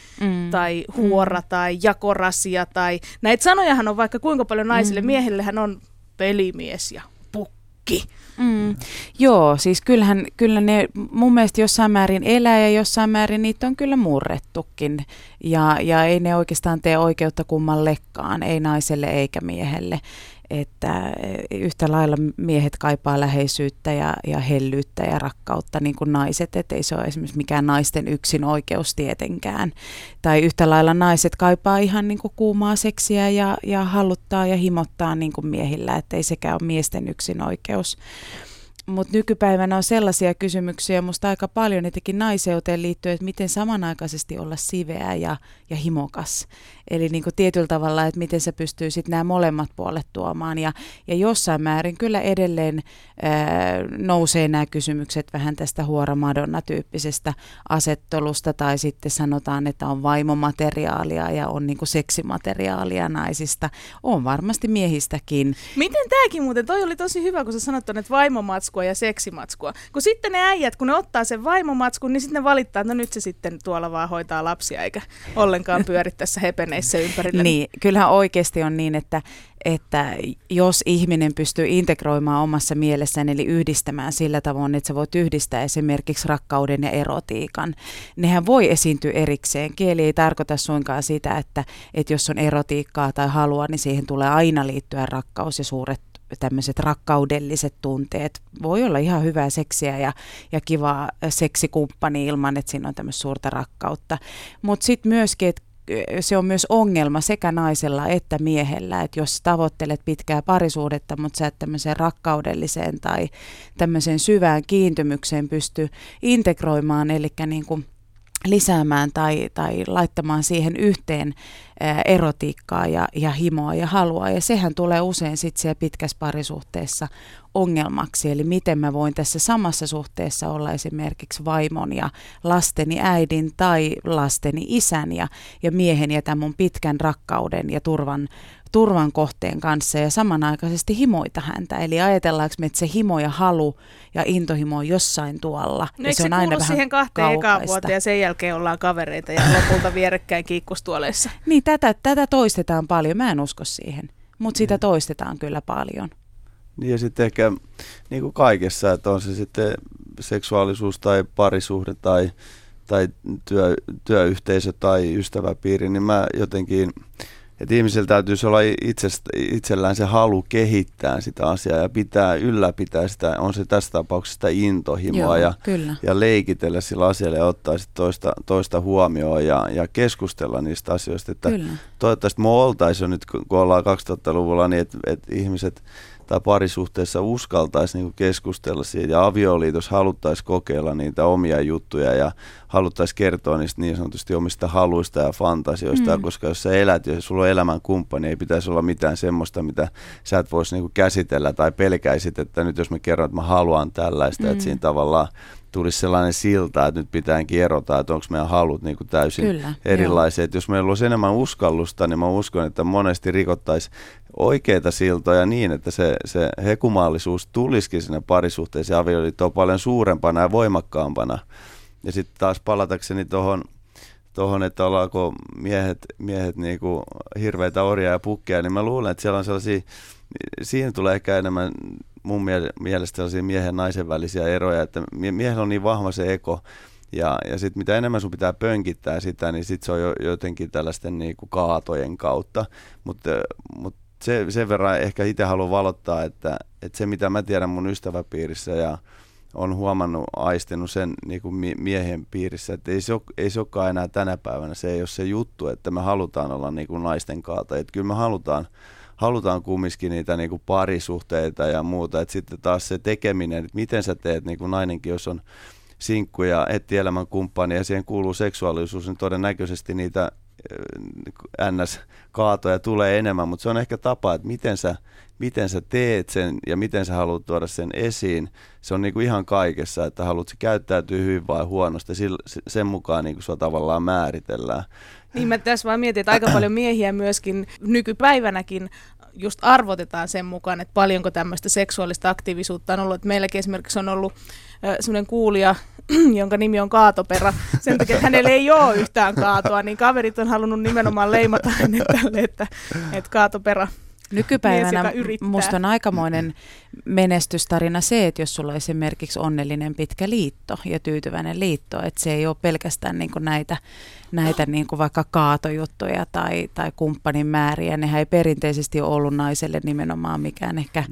tai huora tai jakorasia. Tai näitä sanojahan on vaikka kuinka paljon naisille. Miehille hän on pelimies ja pukki. Joo, siis kyllä ne mun mielestä jossain määrin elää ja jossain määrin niitä on kyllä murrettukin. Ja ei ne oikeastaan tee oikeutta kummallekaan, ei naiselle eikä miehelle. Että yhtä lailla miehet kaipaa läheisyyttä ja hellyyttä ja rakkautta niin kuin naiset, että ei se ole esimerkiksi mikään naisten yksin oikeus tietenkään. Tai yhtä lailla naiset kaipaa ihan niin kuin kuumaa seksiä ja halluttaa ja himottaa niin kuin miehillä, että ei sekään ole miesten yksin oikeus. Mutta nykypäivänä on sellaisia kysymyksiä musta aika paljon, etenkin naiseuteen liittyen, että miten samanaikaisesti olla siveä ja himokas. Eli niin kuin tietyllä tavalla, että miten se pystyy sitten nämä molemmat puolet tuomaan. Ja jossain määrin kyllä edelleen nousee nämä kysymykset vähän tästä huora Madonna-tyyppisestä asettelusta. Tai sitten sanotaan, että on vaimomateriaalia ja on niin kuin seksimateriaalia naisista. On varmasti miehistäkin. Miten tämäkin muuten? Toi oli tosi hyvä, kun sä sanot, että vaimomatskua ja seksimatskua. Kun sitten ne äijät, kun ne ottaa sen vaimomatskun, niin sitten ne valittaa, että no nyt se sitten tuolla vaan hoitaa lapsia, eikä ollenkaan pyöri tässä hepeneissä ympärillä. Niin, kyllähän oikeasti on niin, että jos ihminen pystyy integroimaan omassa mielessään, eli yhdistämään sillä tavoin, että sä voit yhdistää esimerkiksi rakkauden ja erotiikan, nehän voi esiintyä erikseen. Kieli ei tarkoita suinkaan sitä, että jos on erotiikkaa tai halua, niin siihen tulee aina liittyä rakkaus ja suuret tämmöiset rakkaudelliset tunteet. Voi olla ihan hyvää seksiä ja kivaa seksikumppani ilman, että siinä on tämmöistä suurta rakkautta. Mutta sitten myöskin, että se on myös ongelma sekä naisella että miehellä, että jos tavoittelet pitkää parisuhdetta, mutta sä et tämmöiseen rakkaudelliseen tai tämmöiseen syvään kiintymykseen pysty integroimaan, eli niin kuin lisäämään tai laittamaan siihen yhteen erotiikkaa ja himoa ja halua. Ja sehän tulee usein sitten siellä pitkässä parisuhteessa ongelmaksi. Eli miten mä voin tässä samassa suhteessa olla esimerkiksi vaimon ja lasteni äidin tai lasteni isän ja miehen ja tämän mun pitkän rakkauden ja turvan kohteen kanssa ja samanaikaisesti himoita häntä. Eli ajatellaanko me, että se himo ja halu ja intohimo on jossain tuolla. No ja se on aina vähän siihen 2 ekaan vuoteen ja sen jälkeen ollaan kavereita ja lopulta vierekkäin kiikkustuoleissa. Niin, tätä toistetaan paljon. Mä en usko siihen, mutta sitä toistetaan kyllä paljon. Niin ja sitten ehkä niin kuin kaikessa, että on se sitten seksuaalisuus tai parisuhde tai työyhteisö tai ystäväpiiri, niin mä jotenkin, että ihmisellä täytyisi olla itsellään se halu kehittää sitä asiaa ja ylläpitää sitä, on se tässä tapauksessa sitä intohimoa. Joo, ja leikitellä sillä asialla ja ottaa sitten toista huomioon ja keskustella niistä asioista. Että toivottavasti me oltaisiin jo nyt, kun ollaan 2000-luvulla, niin että ihmiset tai parisuhteessa uskaltaisi niin keskustella siitä ja avioliitossa haluttaisiin kokeilla niitä omia juttuja ja haluttaisiin kertoa niistä niin sanotusti omista haluista ja fantasioista, koska jos sä elät ja sulla on elämän kumppani, ei pitäisi olla mitään semmoista, mitä sä et voisi niin käsitellä tai pelkäisit, että nyt jos mä kerron, että mä haluan tällaista, että siinä tavallaan tulisi sellainen silta, että nyt pitääkin erota, että onko meidän halut niin kuin täysin erilaisia. Että jos meillä olisi enemmän uskallusta, niin mä uskon, että monesti rikottaisiin oikeita siltoja niin, että se hekumaallisuus tulisikin sinne parisuhteeseen avioliittoon paljon suurempana ja voimakkaampana. Ja sitten taas palatakseni tuohon, että ollaanko miehet niin kuin hirveitä orjia ja pukkeja, niin mä luulen, että siellä on sellaisia, siinä tulee ehkä enemmän mun mielestä sellaisia miehen ja naisen välisiä eroja, että miehellä on niin vahva se ego, ja sitten mitä enemmän sun pitää pönkittää sitä, niin sitten se on jotenkin tällaisten niin kuin kaatojen kautta, mutta sen verran ehkä itse haluan valottaa, että se mitä mä tiedän mun ystäväpiirissä ja on huomannut, aistinut sen niin kuin miehen piirissä, että ei se olekaan enää tänä päivänä, se ei ole se juttu, että me halutaan olla niin kuin naisten kaata, että kyllä me halutaan kumminkin niitä niin kuin parisuhteita ja muuta, että sitten taas se tekeminen, että miten sä teet, niin kuin nainenkin, jos on sinkku ja etsii elämän kumppania ja siihen kuuluu seksuaalisuus, niin todennäköisesti niitä NS-kaatoja tulee enemmän, mutta se on ehkä tapa, että miten sä teet sen ja miten sä haluat tuoda sen esiin. Se on niinku ihan kaikessa, että haluat se käyttäytyä hyvin vai huonosti, sen mukaan niinku sua tavallaan määritellään. Niin mä tässä vaan mietin, että aika paljon miehiä myöskin nykypäivänäkin just arvotetaan sen mukaan, että paljonko tämmöistä seksuaalista aktiivisuutta on ollut. Että meilläkin esimerkiksi on ollut semmoinen kuulija, jonka nimi on Kaatoperä. Sen takia, että hänellä ei ole yhtään kaatoa, niin kaverit on halunnut nimenomaan leimata hänet tälle, että Kaatoperä. Nykypäivänä musta on aikamoinen menestystarina se, että jos sulla on esimerkiksi onnellinen pitkä liitto ja tyytyväinen liitto, että se ei ole pelkästään niin kuin näitä niin kuin vaikka kaatojuttuja tai kumppanin määriä. Nehän ei perinteisesti ole ollut naiselle nimenomaan mikään ehkä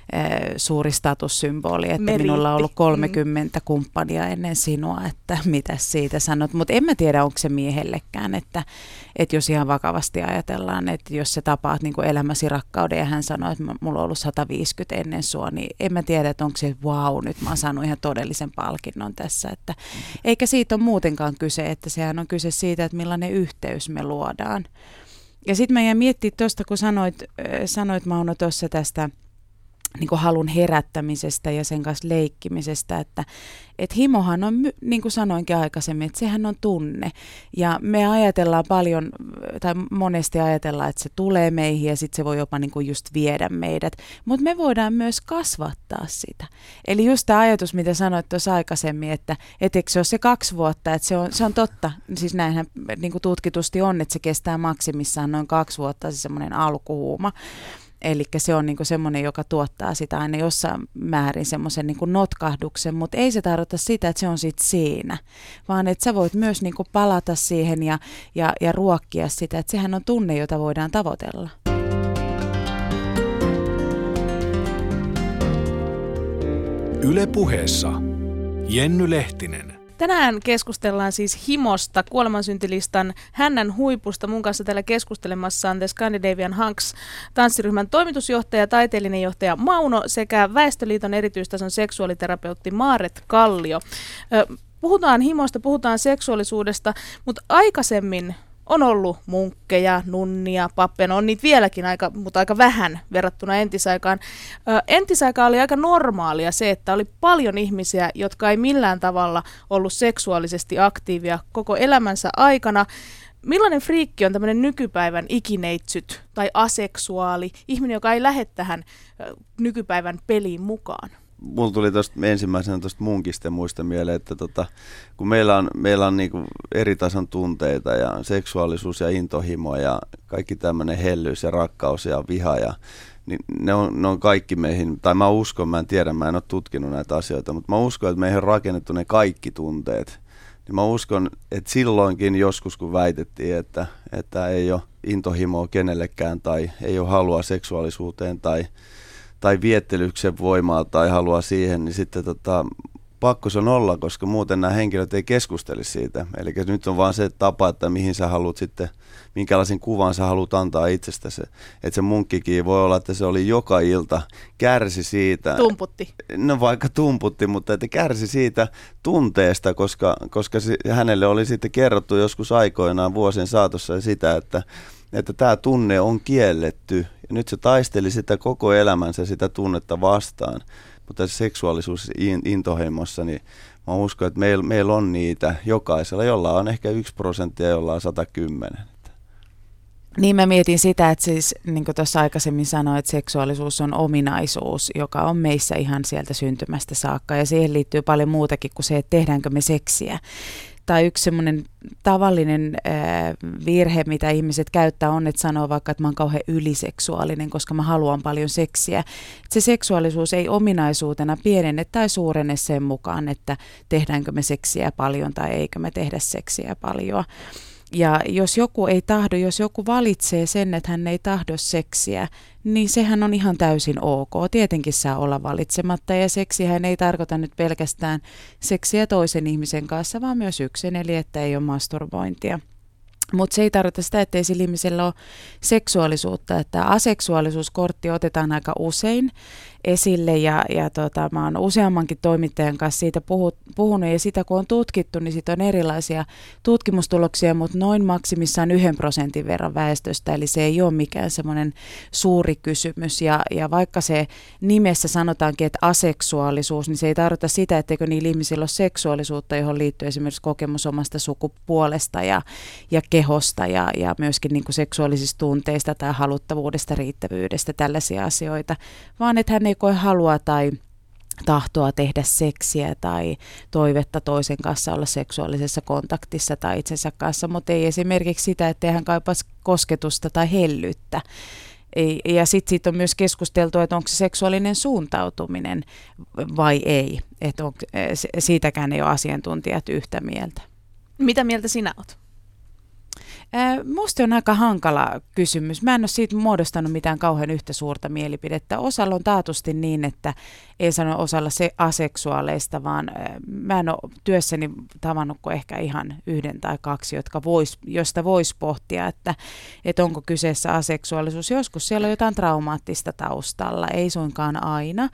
suuri statussymboli, että minulla on ollut 30 kumppania ennen sinua, että mitä siitä sanot. Mutta en mä tiedä, onko se miehellekään, että jos ihan vakavasti ajatellaan, että jos sä tapaat niin kuin elämäsi rakkauden ja hän sanoo, että mulla on ollut 150 ennen sua, niin en mä tiedä, että onko se, nyt mä oon saanut ihan todellisen palkinnon tässä. Että, eikä siitä ole muutenkaan kyse, että sehän on kyse siitä, että millainen yhteys me luodaan. Ja sitten mä jäin miettimään tuosta, kun sanoit Mauno tuossa tästä niin kuin halun herättämisestä ja sen kanssa leikkimisestä, että himohan on, niin kuin sanoinkin aikaisemmin, että sehän on tunne. Ja me ajatellaan paljon, tai monesti ajatellaan, että se tulee meihin ja sitten se voi jopa niin kuin just viedä meidät. Mutta me voidaan myös kasvattaa sitä. Eli just tämä ajatus, mitä sanoit tuossa aikaisemmin, että eikö se ole se 2 vuotta, että se on totta. Siis näinhän niin kuin tutkitusti on, että se kestää maksimissaan noin 2 vuotta, se semmoinen alkuhuuma. Eli se on niinku semmoinen, joka tuottaa sitä aina jossain määrin semmoisen niinku notkahduksen, mutta ei se tarkoita sitä, että se on sitten siinä, vaan että sä voit myös niinku palata siihen ja ruokkia sitä, että sehän on tunne, jota voidaan tavoitella. Yle Puheessa Jenny Lehtinen. Tänään keskustellaan siis himosta, kuolemansyntilistan hännän huipusta. Mun kanssa täällä keskustelemassa on The Scandinavian Hunks -tanssiryhmän toimitusjohtaja, taiteellinen johtaja Mauno sekä Väestöliiton erityistason seksuaaliterapeutti Maaret Kallio. Puhutaan himosta, puhutaan seksuaalisuudesta, mutta aikaisemmin on ollut munkkeja, nunnia, pappeja, on niitä vieläkin mutta aika vähän verrattuna entisaikaan. Entisaikaan oli aika normaalia se, että oli paljon ihmisiä, jotka ei millään tavalla ollut seksuaalisesti aktiivia koko elämänsä aikana. Millainen friikki on tämmöinen nykypäivän ikineitsyt tai aseksuaali, ihminen, joka ei lähde tähän nykypäivän peliin mukaan? Mulla tuli ensimmäisenä tuosta munkista muista mieleen, että kun meillä on niinku eri tason tunteita ja seksuaalisuus ja intohimo ja kaikki tämmöinen hellyys ja rakkaus ja viha niin ne on kaikki meihin, tai mä uskon, mä en tiedä, mä en ole tutkinut näitä asioita, mutta mä uskon, että meihin on rakennettu ne kaikki tunteet. Niin mä uskon, että silloinkin joskus, kun väitettiin, että ei ole intohimoa kenellekään tai ei ole halua seksuaalisuuteen tai viettelyksen voimaa tai halua siihen, niin sitten pakko se on olla, koska muuten nämä henkilöt ei keskustele siitä. Eli nyt on vaan se tapa, että mihin sä haluat sitten, minkälaisen kuvan sä haluat antaa itsestäsi. Että se munkkikin voi olla, että se oli joka ilta, kärsi siitä. Tumputti. No vaikka tumputti, mutta että kärsi siitä tunteesta, koska hänelle oli sitten kerrottu joskus aikoinaan vuosien saatossa sitä, että tämä tunne on kielletty. Ja nyt se taisteli sitä koko elämänsä sitä tunnetta vastaan. Mutta seksuaalisuus intohimossa, niin mä uskon, että meillä on niitä jokaisella, jolla on ehkä 1%, jolla on 110. Niin mä mietin sitä, että siis niin kuin tuossa aikaisemmin sanoin, että seksuaalisuus on ominaisuus, joka on meissä ihan sieltä syntymästä saakka. Ja siihen liittyy paljon muutakin kuin se, että tehdäänkö me seksiä. Tai yksi semmoinen tavallinen virhe, mitä ihmiset käyttää, on, että sanoo vaikka, että mä oon kauhean yliseksuaalinen, koska mä haluan paljon seksiä. Se seksuaalisuus ei ominaisuutena pienene tai suurene sen mukaan, että tehdäänkö me seksiä paljon tai eikö me tehdä seksiä paljon. Ja jos joku ei tahdo, jos joku valitsee sen, että hän ei tahdo seksiä, niin sehän on ihan täysin ok. Tietenkin saa olla valitsematta, ja seksihän ei tarkoita nyt pelkästään seksiä toisen ihmisen kanssa, vaan myös yksin, eli että ei ole masturbointia. Mutta se ei tarkoita sitä, että ei sillä ihmisellä ole seksuaalisuutta, että aseksuaalisuuskortti otetaan aika usein esille ja mä oon useammankin toimittajan kanssa siitä puhunut ja sitä kun on tutkittu, niin siitä on erilaisia tutkimustuloksia, mutta noin maksimissaan 1% verran väestöstä, eli se ei ole mikään semmoinen suuri kysymys ja vaikka se nimessä sanotaankin, että aseksuaalisuus, niin se ei tarkoita sitä, etteikö niillä ihmisillä ole seksuaalisuutta, johon liittyy esimerkiksi kokemus omasta sukupuolesta ja kehosta ja myöskin niin kuin seksuaalisista tunteista tai haluttavuudesta, riittävyydestä, tällaisia asioita, vaan että hän ei koe halua tai tahtoa tehdä seksiä tai toivetta toisen kanssa olla seksuaalisessa kontaktissa tai itsensä kanssa, mutta ei esimerkiksi sitä, että hän kaipaisi kosketusta tai hellyttä. Ja sitten siitä on myös keskusteltu, että onko se seksuaalinen suuntautuminen vai ei. Että siitäkään ei ole asiantuntijat yhtä mieltä. Mitä mieltä sinä olet? Musta on aika hankala kysymys. Mä en ole siitä muodostanut mitään kauhean yhtä suurta mielipidettä. Osalla on taatusti niin, että ei sano osalla se aseksuaaleista, vaan mä en ole työssäni tavannut kuin ehkä ihan 1 tai 2, josta voisi pohtia, että onko kyseessä aseksuaalisuus. Joskus siellä on jotain traumaattista taustalla, ei suinkaan aina,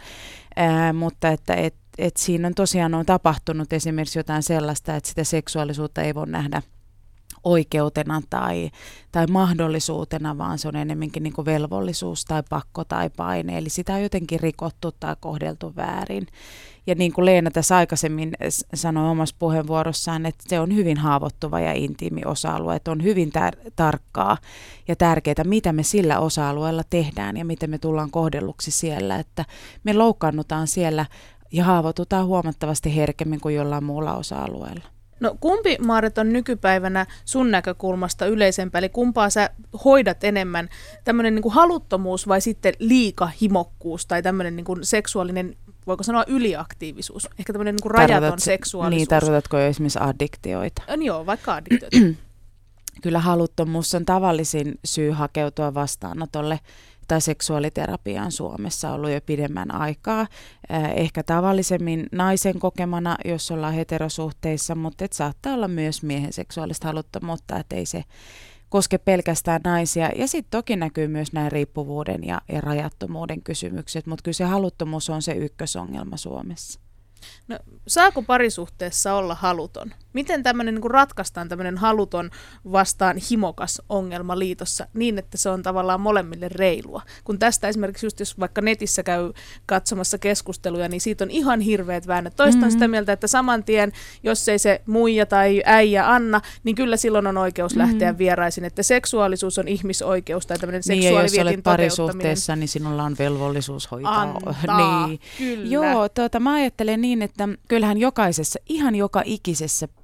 mutta että siinä on tosiaan tapahtunut esimerkiksi jotain sellaista, että sitä seksuaalisuutta ei voi nähdä oikeutena tai mahdollisuutena, vaan se on enemmänkin niin kuin velvollisuus tai pakko tai paine. Eli sitä on jotenkin rikottu tai kohdeltu väärin. Ja niin kuin Leena tässä aikaisemmin sanoi omassa puheenvuorossaan, että se on hyvin haavoittuva ja intiimi osa-alue. Että on hyvin tarkkaa ja tärkeää, mitä me sillä osa-alueella tehdään ja miten me tullaan kohdelluksi siellä. Että me loukkaannutaan siellä ja haavoitutaan huomattavasti herkemmin kuin jollain muulla osa-alueella. No kumpi, Maaret, on nykypäivänä sun näkökulmasta yleisempää, eli kumpaa sä hoidat enemmän, tämmöinen niin kuin haluttomuus vai sitten liikahimokkuus tai tämmöinen niin kuin seksuaalinen, voiko sanoa yliaktiivisuus, ehkä tämmöinen niin kuin rajaton seksuaalisuus. Niin, tarkoitatko esimerkiksi addiktioita? Joo, vaikka addiktioita. Kyllä haluttomuus on tavallisin syy hakeutua vastaanotolle tai seksuaaliterapiaan Suomessa ollut jo pidemmän aikaa. Ehkä tavallisemmin naisen kokemana, jos ollaan heterosuhteissa, mutta saattaa olla myös miehen seksuaalista haluttomuutta, että ei se koske pelkästään naisia. Ja sitten toki näkyy myös näin riippuvuuden ja rajattomuuden kysymykset, mutta kyllä se haluttomuus on se ykkösongelma Suomessa. No, saako parisuhteessa olla haluton? Miten tämmöinen niin kuin ratkaistaan tämmöinen haluton vastaan himokas ongelma liitossa niin, että se on tavallaan molemmille reilua? Kun tästä esimerkiksi just jos vaikka netissä käy katsomassa keskusteluja, niin siitä on ihan hirveät väännöt. Toista on sitä mieltä, että saman tien, jos ei se muija tai äijä anna, niin kyllä silloin on oikeus lähteä vieraisin. Että seksuaalisuus on ihmisoikeus tai tämmöinen seksuaalivietin toteuttaminen. Niin, ja jos olet parisuhteessa, niin sinulla on velvollisuus hoitaa. Antaa, niin. Kyllä. Joo, mä ajattelen niin, että kyllähän jokaisessa, ihan joka ikisessä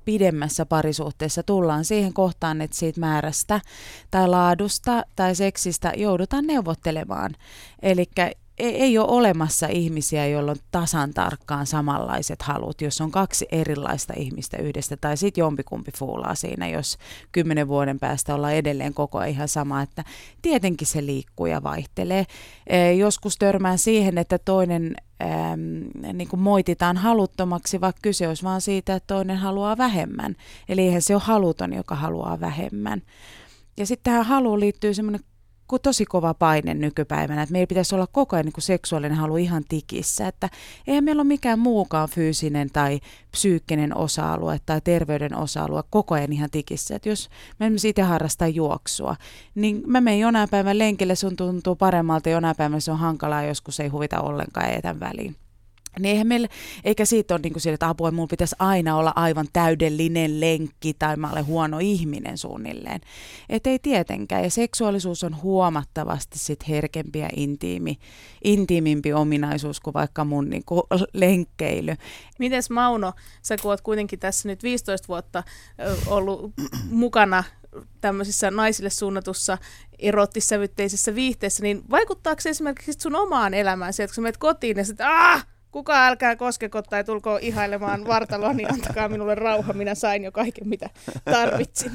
pidemmässä parisuhteessa tullaan siihen kohtaan, että siitä määrästä tai laadusta tai seksistä joudutaan neuvottelemaan. Eli ei ole olemassa ihmisiä, joilla on tasan tarkkaan samanlaiset halut, jos on 2 erilaista ihmistä yhdestä, tai sitten jompikumpi fuulaa siinä, jos 10 vuoden päästä ollaan edelleen koko ajan ihan sama, että tietenkin se liikkuu ja vaihtelee. Joskus törmään siihen, että toinen niin kuin moititaan haluttomaksi, vaikka kyse olisi vaan siitä, että toinen haluaa vähemmän. Eli eihän se ole haluton, joka haluaa vähemmän. Ja sitten tähän haluun liittyy semmoinen tosi kova paine nykypäivänä, että meillä pitäisi olla koko ajan niin kuin seksuaalinen halu ihan tikissä, että eihän meillä ole mikään muukaan fyysinen tai psyykkinen osa-alue tai terveyden osa-alue koko ajan ihan tikissä, että jos mä esimerkiksi itse harrastan juoksua, niin mä menen jonain päivän lenkille, sun tuntuu paremmalta, jonain päivänä se on hankalaa, joskus ei huvita ollenkaan ja jätän väliin. Niin eihän meillä, eikä siitä ole niin kuin sille, että apua, mulla pitäisi aina olla aivan täydellinen lenkki tai mä olen huono ihminen suunnilleen. Että ei tietenkään. Ja seksuaalisuus on huomattavasti sit herkempi ja intiimimpi ominaisuus kuin vaikka mun niin kuin lenkkeily. Mites Mauno, sä kun oot kuitenkin tässä nyt 15 vuotta ollut mukana tämmöisissä naisille suunnatussa erottissävytteisessä viihteessä, niin vaikuttaako se esimerkiksi sun omaan elämään sieltä, kun sä menet kotiin ja sitten kukaan älkää koskeko tai tulko ihailemaan vartaloa, niin antakaa minulle rauha, minä sain jo kaiken mitä tarvitsin.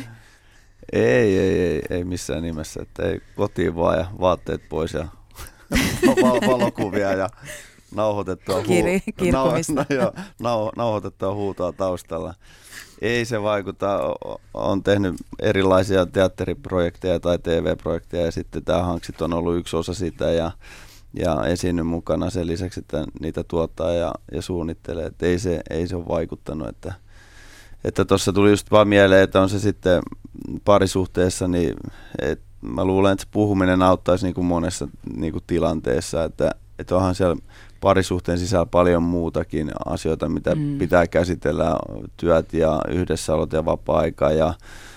Ei missään nimessä, että ei kotiin vaan ja vaatteet pois ja valokuvia ja nauhoitettua huutoa taustalla. Ei se vaikuta. Olen tehnyt erilaisia teatteriprojekteja tai TV-projekteja ja sitten tämä Hanksit on ollut yksi osa sitä ja esiinny mukana sen lisäksi, että niitä tuottaa ja suunnittelee. Että ei se ole vaikuttanut. Että tuossa tuli just vaan mieleen, että on se sitten parisuhteessa, niin mä luulen, että se puhuminen auttaisi niin kuin monessa niin kuin tilanteessa, että onhan siellä parisuhteen sisällä paljon muutakin asioita, mitä pitää käsitellä, työt ja yhdessäolot ja vapaa-aika ja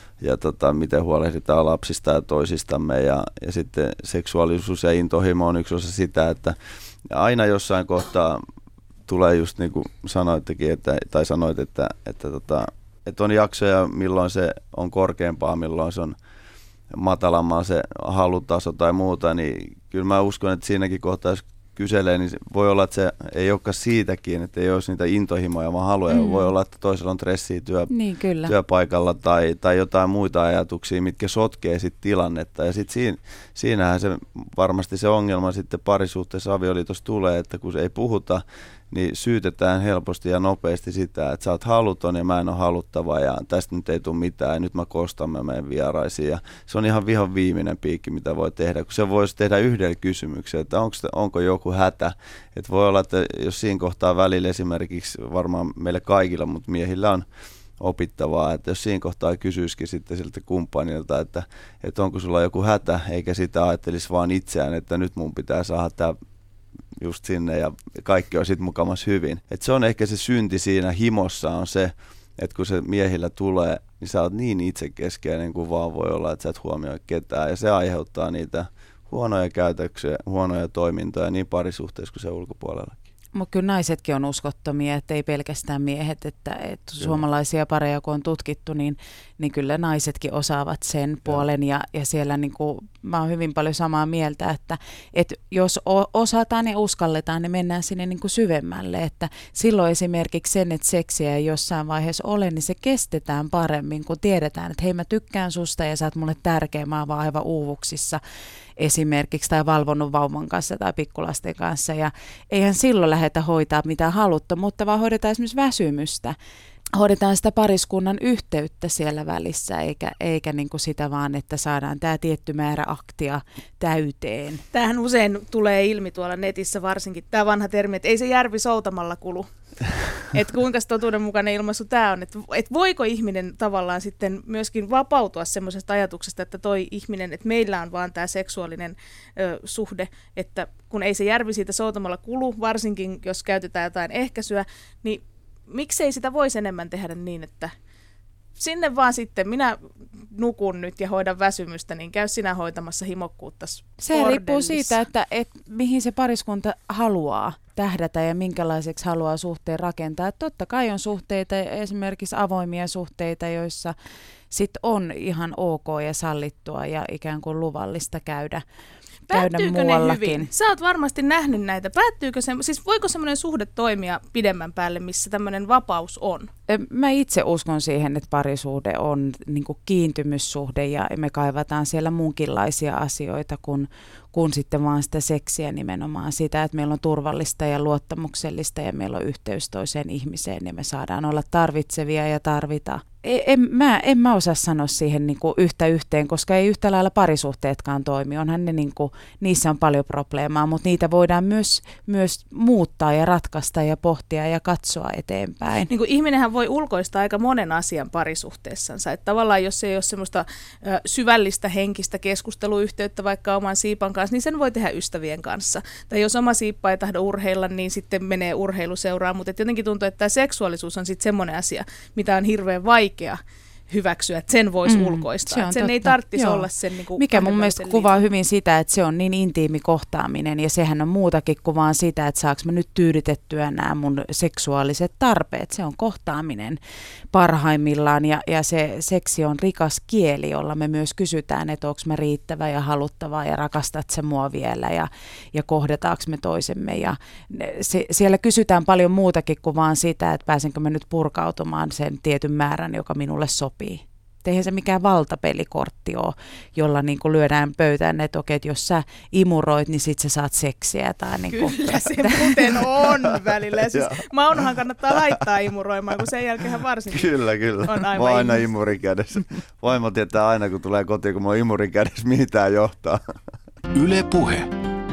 miten huolehditaan lapsista ja toisistamme ja sitten seksuaalisuus ja intohimo on yksi osa sitä, että aina jossain kohtaa tulee just niin kuin sanoittekin, sanoit, että on jaksoja, milloin se on korkeampaa, milloin se on matalammalla se halutaso tai muuta, niin kyllä mä uskon, että siinäkin kohtaa, jos kyselee, niin voi olla, että se ei olekaan siitäkin, että ei olisi niitä intohimoja, vaan haluja. Voi olla, että toisella on stressiä työpaikalla tai jotain muita ajatuksia, mitkä sotkee sit tilannetta. Ja sitten siinähän se varmasti se ongelma sitten parisuhteessa avioliitossa tulee, että kun ei puhuta, niin syytetään helposti ja nopeasti sitä, että sä oot haluton ja mä en ole haluttava ja tästä nyt ei tule mitään ja nyt mä kostamme meidän vieraisiin. Ja se on ihan viimeinen piikki, mitä voi tehdä, kun se voisi tehdä yhdellä kysymyksellä, että onko joku hätä. Että voi olla, että jos siinä kohtaa välillä esimerkiksi varmaan meille kaikilla, mutta miehillä on opittavaa, että jos siinä kohtaa kysyisikin sitten siltä kumppanilta, että onko sulla joku hätä, eikä sitä ajattelisi vaan itseään, että nyt mun pitää saada tämä just sinne ja kaikki on sitten mukamassa hyvin. Et se on ehkä se synti siinä himossa on se, että kun se miehillä tulee, niin sä oot niin itsekeskeinen kuin vaan voi olla, että sä et huomioi ketään. Ja se aiheuttaa niitä huonoja käytöksiä, huonoja toimintoja niin parisuhteessa kuin se ulkopuolellakin. Mutta kyllä naisetkin on uskottomia, että ei pelkästään miehet, että suomalaisia pareja kun on tutkittu, niin kyllä naisetkin osaavat sen puolen ja siellä niinku, mä oon hyvin paljon samaa mieltä, että jos osataan ja uskalletaan, niin mennään sinne niinku syvemmälle, että silloin esimerkiksi sen, että seksiä ei jossain vaiheessa ole, niin se kestetään paremmin, kun tiedetään, että hei mä tykkään susta ja sä oot mulle tärkeä, mä oon vaan aivan uuvuksissa esimerkiksi tai valvonnut vauvan kanssa tai pikkulasten kanssa ja eihän silloin lähdetä hoitaa mitään haluttomuutta, vaan hoidetaan esimerkiksi väsymystä. Hoidetaan sitä pariskunnan yhteyttä siellä välissä, eikä niin kuin sitä vaan, että saadaan tämä tietty määrä aktia täyteen. Tämähän usein tulee ilmi tuolla netissä varsinkin, tämä vanha termi, että ei se järvi soutamalla kulu. Että kuinka totuudenmukainen ilmaisu tämä on, että voiko ihminen tavallaan sitten myöskin vapautua semmoisesta ajatuksesta, että toi ihminen, että meillä on vaan tämä seksuaalinen suhde, että kun ei se järvi siitä soutamalla kulu, varsinkin jos käytetään jotain ehkäisyä, niin miksei sitä voisi enemmän tehdä niin, että sinne vaan sitten, minä nukun nyt ja hoidan väsymystä, niin käy sinä hoitamassa himokkuutta. Se riippuu siitä, että mihin se pariskunta haluaa tähdätä ja minkälaiseksi haluaa suhteen rakentaa. Että totta kai on suhteita, esimerkiksi avoimia suhteita, joissa sit on ihan ok ja sallittua ja ikään kuin luvallista käydä muuallakin. Ne hyvin? Sä oot varmasti nähnyt näitä. Päättyykö se, siis voiko semmoinen suhde toimia pidemmän päälle, missä tämmöinen vapaus on? Mä itse uskon siihen, että parisuhde on niin kuin kiintymyssuhde ja me kaivataan siellä muunkinlaisia asioita kuin sitten vaan sitä seksiä, nimenomaan sitä, että meillä on turvallista ja luottamuksellista ja meillä on yhteys toiseen ihmiseen ja me saadaan olla tarvitsevia ja tarvita. En mä osaa sanoa siihen niin kuin yhtä yhteen, koska ei yhtä lailla parisuhteetkaan toimi. Onhan ne niin kuin, niissä on paljon probleemaa, mutta niitä voidaan myös muuttaa ja ratkaista ja pohtia ja katsoa eteenpäin. Niin kuin ihminenhän voi ulkoistaa aika monen asian parisuhteessansa. Että tavallaan jos ei ole semmoista syvällistä henkistä keskusteluyhteyttä vaikka oman siipan kanssa, niin sen voi tehdä ystävien kanssa. Tai jos oma siippa ei tahdo urheilla, niin sitten menee urheiluseuraan. Mutta jotenkin tuntuu, että tämä seksuaalisuus on sitten semmoinen asia, mitä on hirveän vaikea hyväksyä, että sen voisi ulkoistaa. Sen ei tarvitsisi olla sen niin kuin mikä mun mielestä kuvaa hyvin sitä, että se on niin intiimi kohtaaminen ja sehän on muutakin kuin vaan sitä, että saanko mä nyt tyydytettyä nämä mun seksuaaliset tarpeet. Se on kohtaaminen parhaimmillaan ja se seksi on rikas kieli, jolla me myös kysytään, että onko mä riittävä ja haluttava ja rakastat sä mua vielä ja kohdataanko me toisemme. Ja siellä kysytään paljon muutakin kuin vaan sitä, että pääsenkö mä nyt purkautumaan sen tietyn määrän, joka minulle sopii. Eihän se mikään valtapelikortti ole, jolla niin kuin lyödään pöytään, että okei, että jos sä imuroit, niin sit sä saat seksiä. Tai niin kuin. Kyllä se muuten on välillä. Siis Maunohan kannattaa laittaa imuroimaan, kun sen jälkeen varsinkin Kyllä. On mä oon aina imuri kädessä. Vaimo tietää aina, kun tulee kotiin, kun mä oon imuri kädessä, mihin tää johtaa. Yle Puhe.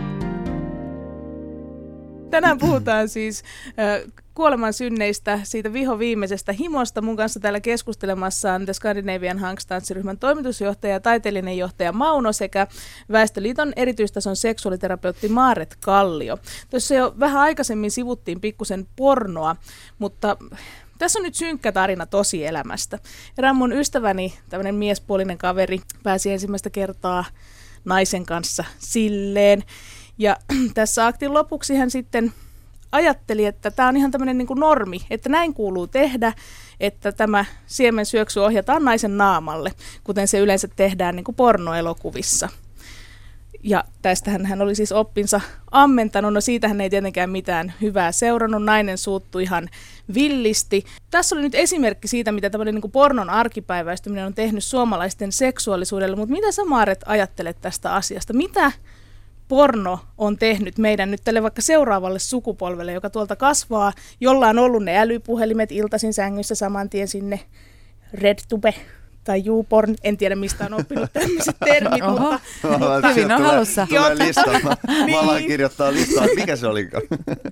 Tänään puhutaan siis kuoleman synneistä, siitä vihoviimeisestä himosta. Mun kanssa täällä keskustelemassa on The Scandinavian Hanks-tanssiryhmän toimitusjohtaja ja taiteellinen johtaja Mauno sekä Väestöliiton erityistason seksuaaliterapeutti Maaret Kallio. Tuossa jo vähän aikaisemmin sivuttiin pikkusen pornoa, mutta tässä on nyt synkkä tarina tosielämästä. Erään mun ystäväni, tämmöinen miespuolinen kaveri, pääsi ensimmäistä kertaa naisen kanssa silleen. Ja tässä aktin lopuksi hän sitten ajatteli, että tämä on ihan tämmöinen niin kuin normi, että näin kuuluu tehdä, että tämä siemensyöksy ohjataan naisen naamalle, kuten se yleensä tehdään niin kuin pornoelokuvissa. Ja tästähän hän oli siis oppinsa ammentanut, no siitähän ei tietenkään mitään hyvää seurannut, nainen suuttui ihan villisti. Tässä oli nyt esimerkki siitä, mitä tämmöinen niin kuin pornon arkipäiväistyminen on tehnyt suomalaisten seksuaalisuudelle, mutta mitä sä Maaret ajattelet tästä asiasta? Mitä porno on tehnyt meidän nyt tälle vaikka seuraavalle sukupolvelle, joka tuolta kasvaa, jolla on ollut ne älypuhelimet iltaisin sängyssä saman tien sinne RedTube tai YouPorn, en tiedä mistä on oppinut tämmöiset termit, mutta hyvin on halussa. Mä alan kirjoittaa listaa, mikä se olikaan?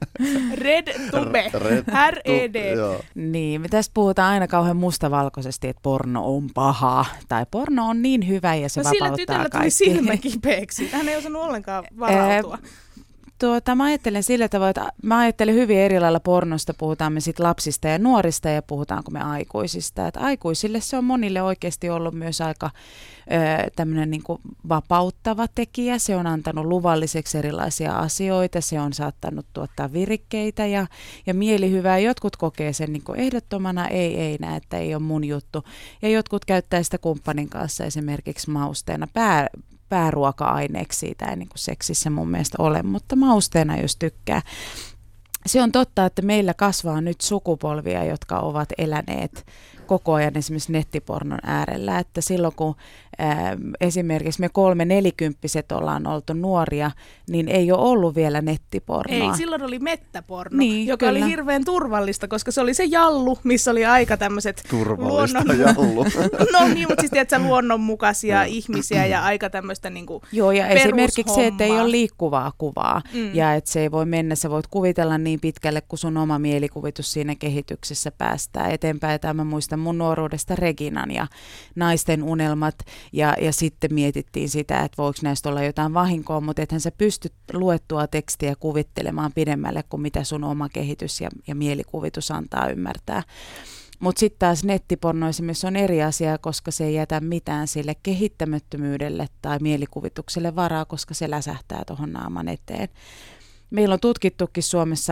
RedTube, R-E-D. Niin, me tässä puhutaan aina kauhean mustavalkoisesti, että porno on paha, tai porno on niin hyvä ja se vapauttaa kaikki. Sillä tytöllä tuli silmä kipeäksi, hän ei osannut ollenkaan varautua. Mä ajattelen sillä tavoin, että mä ajattelen hyvin eri lailla pornosta, puhutaan me sitten lapsista ja nuorista ja puhutaanko me aikuisista. Että aikuisille se on monille oikeasti ollut myös aika tämmöinen niin kuin vapauttava tekijä. Se on antanut luvalliseksi erilaisia asioita, se on saattanut tuottaa virikkeitä ja mielihyvää. Jotkut kokee sen niin kuin ehdottomana, ei näe, että ei ole mun juttu. Ja jotkut käyttää sitä kumppanin kanssa esimerkiksi mausteena pääruoka-aineeksi, siitä ei niin kuin seksissä mun mielestä ole, mutta mausteena jos tykkää. Se on totta, että meillä kasvaa nyt sukupolvia, jotka ovat eläneet koko ajan esimerkiksi nettipornon äärellä, että silloin kun esimerkiksi me 3-4-kymppiset ollaan oltu nuoria, niin ei ole ollut vielä nettipornoa. Ei, silloin oli mettäporno, niin, joka oli hirveän turvallista, koska se oli se jallu, missä oli aika tämmöiset turvallista jallu. No niin, mutta siis tiedätkö, luonnonmukaisia ihmisiä ja aika tämmöistä niinku joo, ja esimerkiksi se, että ei ole liikkuvaa kuvaa ja että se ei voi mennä, sä voit kuvitella niin pitkälle, kun sun oma mielikuvitus siinä kehityksessä päästää eteenpäin. Tämä muistan mun nuoruudesta Reginan ja naisten unelmat ja sitten mietittiin sitä, että voiko näistä olla jotain vahinkoa, mutta ethän sä pystyt luettua tekstiä kuvittelemaan pidemmälle kuin mitä sun oma kehitys ja mielikuvitus antaa ymmärtää. Mutta sitten taas nettiporno esimerkiksi on eri asia, koska se ei jätä mitään sille kehittämättömyydelle tai mielikuvitukselle varaa, koska se läsähtää tuohon naaman eteen. Meillä on tutkittukin Suomessa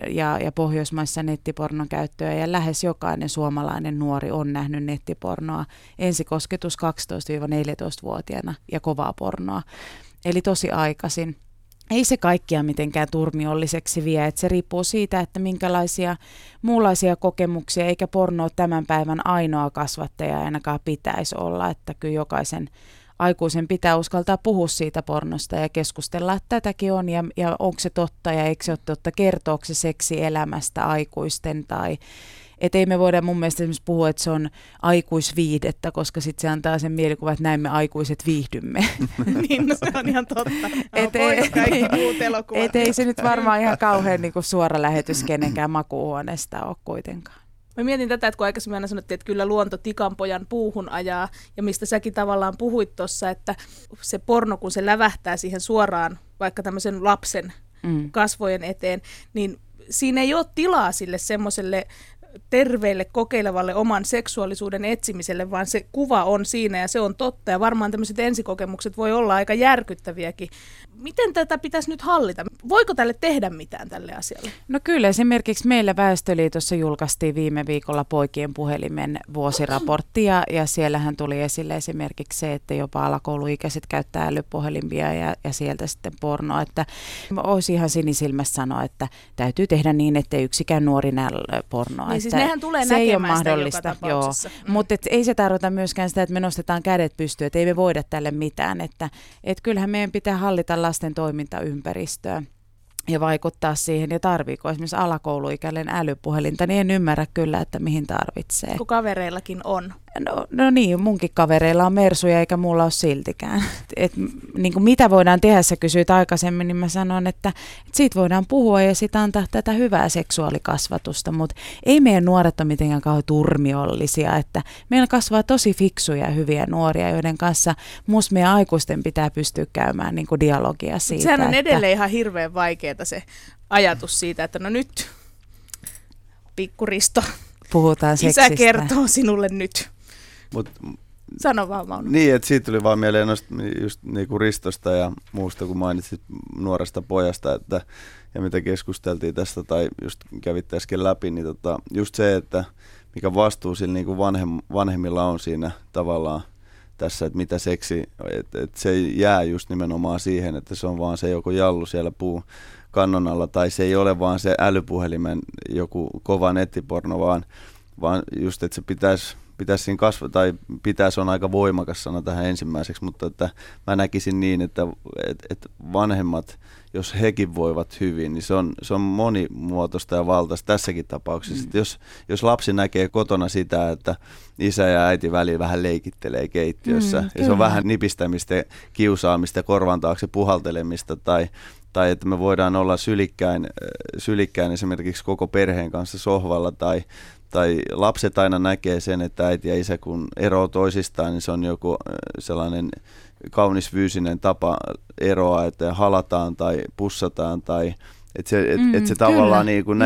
ja Pohjoismaissa nettipornon käyttöä ja lähes jokainen suomalainen nuori on nähnyt nettipornoa. Ensikosketus 12-14-vuotiaana ja kovaa pornoa, eli tosi aikaisin. Ei se kaikkia mitenkään turmiolliseksi vie, että se riippuu siitä, että minkälaisia muunlaisia kokemuksia, eikä porno ole tämän päivän ainoa kasvattaja ainakaan pitäisi olla, että kyllä jokaisen aikuisen pitää uskaltaa puhua siitä pornosta ja keskustella, että tätäkin on ja onko se totta ja eikö se ole totta, kertooko se seksielämästä aikuisten tai että ei me voida mun mielestä esimerkiksi puhua, että se on aikuisviihdettä, koska sitten se antaa sen mielikuvan, että näin me aikuiset viihdymme. Niin, no se on ihan totta. Kaikki muut elokuvat. Et ei se nyt varmaan ihan kauhean niin kuin suora lähetys kenenkään makuuhuoneesta ole kuitenkaan. Mä mietin tätä, että kun aikaisemmin aina sanottiin, että kyllä luonto tikanpojan puuhun ajaa, ja mistä säkin tavallaan puhuit tuossa, että se porno, kun se lävähtää siihen suoraan vaikka tämmöisen lapsen kasvojen eteen, niin siinä ei ole tilaa sille semmoiselle terveelle, kokeilevalle oman seksuaalisuuden etsimiselle, vaan se kuva on siinä ja se on totta. Ja varmaan tämmöiset ensikokemukset voi olla aika järkyttäviäkin. Miten tätä pitäisi nyt hallita? Voiko tälle tehdä mitään tälle asialle? No kyllä, esimerkiksi meillä Väestöliitossa julkaistiin viime viikolla poikien puhelimen vuosiraportti ja siellähän tuli esille esimerkiksi se, että jopa alakouluikäiset käyttää älypuhelimia ja sieltä sitten pornoa. Että olisi ihan sinisilmässä sanoa, että täytyy tehdä niin, ettei yksikään nuori näe pornoa. Niin siis nehän tulee näkemään sitä joka tapauksessa. Mutta ei se tarkoita myöskään sitä, että me nostetaan kädet pystyyn, että ei me voida tälle mitään. Että kyllähän meidän pitää hallita lasten toimintaympäristöä ja vaikuttaa siihen, ja tarviiko esimerkiksi alakouluikäinen älypuhelinta, niin en ymmärrä kyllä, että mihin tarvitsee. Kun kavereillakin on. No niin, munkin kavereilla on mersuja eikä mulla ole siltikään. Niin kuin mitä voidaan tehdä, sä kysyit aikaisemmin, niin mä sanon, että siitä voidaan puhua ja sitä antaa tätä hyvää seksuaalikasvatusta, mutta ei meidän nuoret ole mitenkään kauhean turmiollisia, että meillä kasvaa tosi fiksuja ja hyviä nuoria, joiden kanssa musta meidän aikuisten pitää pystyä käymään niin kuin dialogia siitä. Sehän on edelleen ihan hirveän vaikeaa se ajatus siitä, että no nyt pikku Risto, puhutaan seksistä. Isä kertoo sinulle nyt. Sano vaan, Mauno. Niin, että siitä tuli vaan mieleen just niinku Ristosta ja muusta, kun mainitsit nuoresta pojasta, että, ja mitä keskusteltiin tästä tai just kävitte äsken läpi, niin just se, että mikä vastuu sillä niinku vanhemmilla on siinä tavallaan tässä, että mitä seksi, että se jää just nimenomaan siihen, että se on vaan se joku jallu siellä puukannon alla, tai se ei ole vaan se älypuhelimen joku kova nettiporno, vaan just, että se pitäisi siinä tai pitäisi on aika voimakas sana tähän ensimmäiseksi, mutta että mä näkisin niin, että vanhemmat, jos hekin voivat hyvin, niin se on monimuotoista ja valtaista tässäkin tapauksessa. Jos lapsi näkee kotona sitä, että isä ja äiti väliin vähän leikittelee keittiössä, ja se on vähän nipistämistä, kiusaamista, korvan taakse puhaltelemista, tai että me voidaan olla sylikkäin esimerkiksi koko perheen kanssa sohvalla, tai lapset aina näkee sen, että äiti ja isä kun eroaa toisistaan, niin se on joku sellainen kaunis fyysinen tapa eroa, että halataan tai pussataan, tai että se tavallaan niin kuin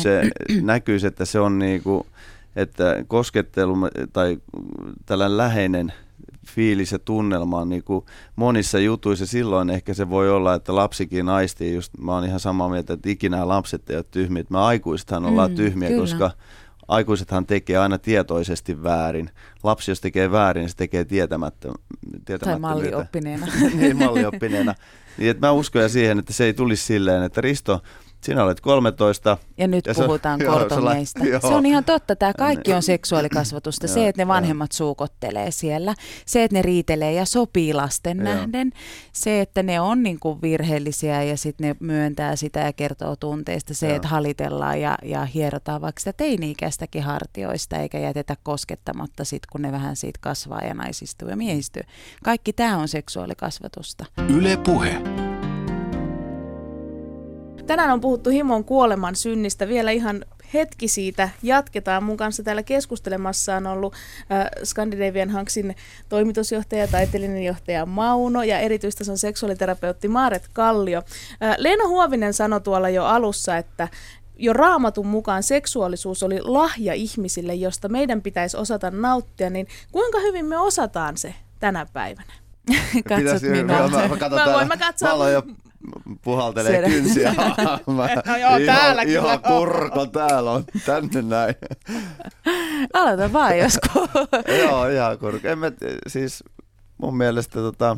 näkyy, että se on niin kuin, että koskettelu tai tällainen läheinen fiilis ja tunnelma on niin kuin monissa jutuissa. Silloin ehkä se voi olla, että lapsikin aistii, just mä oon ihan samaa mieltä, että ikinä lapset ei ole tyhmiä. Me aikuisethan ollaan tyhmiä, kyllä. Koska aikuisethan tekee aina tietoisesti väärin. Lapsi, jos tekee väärin, niin se tekee tietämättä. Tai mallioppineena. Niin, mallioppineena. Niin, että mä uskon siihen, että se ei tulisi silleen, että Risto, sinä olet 13. Ja nyt puhutaan kortoneista. Se on ihan totta. Tämä kaikki on seksuaalikasvatusta. Se, että ne vanhemmat suukottelee siellä. Se, että ne riitelee ja sopii lasten nähden. Se, että ne on niin kuin virheellisiä ja sitten ne myöntää sitä ja kertoo tunteista. Se, että halitellaan ja hierotaan vaikka sitä teini-ikäistäkin hartioista eikä jätetä koskettamatta sit, kun ne vähän siitä kasvaa ja naisistuu ja miehistyy. Kaikki tämä on seksuaalikasvatusta. Yle Puhe. Tänään on puhuttu himon kuoleman synnistä. Vielä ihan hetki siitä jatketaan. Mun kanssa täällä keskustelemassa on ollut Scandinavian Hanksin toimitusjohtaja, taiteellinen johtaja Mauno ja erityistason seksuaaliterapeutti Maaret Kallio. Leena Huovinen sanoi tuolla jo alussa, että jo Raamatun mukaan seksuaalisuus oli lahja ihmisille, josta meidän pitäisi osata nauttia, niin kuinka hyvin me osataan se tänä päivänä? Katsot minua. Mä katson. Valo jo puhaltelee kynsiä. Ihan kurko täällä on, tänne näin. Aloita vaan joskus. Joo, ihan kurko. Siis mun mielestä,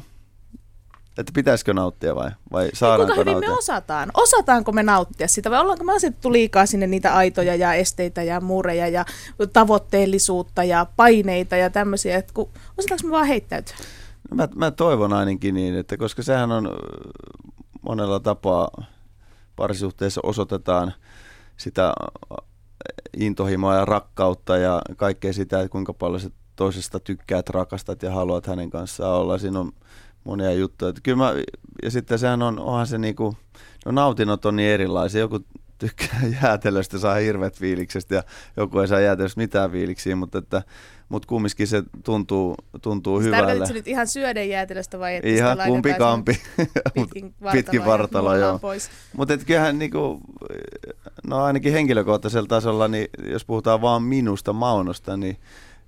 että pitäisikö nauttia vai saadaanko kuinka hyvin nauttia? me osataan? Osataanko me nauttia sitä vai ollaanko me asetettu liikaa sinne niitä aitoja ja esteitä ja muureja ja tavoitteellisuutta ja paineita ja tämmöisiä, että osataanko me vaan heittäytyä? Mä toivon ainakin niin, että koska sehän on monella tapaa parisuhteessa osoitetaan sitä intohimoa ja rakkautta ja kaikkea sitä, että kuinka paljon se toisesta tykkäät, rakastat ja haluat hänen kanssaan olla. Siinä on monia juttuja. Ja sitten sehän onhan se niinku, nautinnot on niin erilaisia. Joku tykkää jäätelöstä, saa hirveät fiiliksestä ja joku ei saa jäätelöstä mitään fiiliksiä, mutta kumminkin se tuntuu hyvälle. Tarkoitatko nyt ihan syöden jäätelöstä vai että ihan kumpikampi. Pitkin vartaloa, joo. Mutta kyllähän niinku, ainakin henkilökohtaisella tasolla, niin jos puhutaan vaan minusta, Maunosta, niin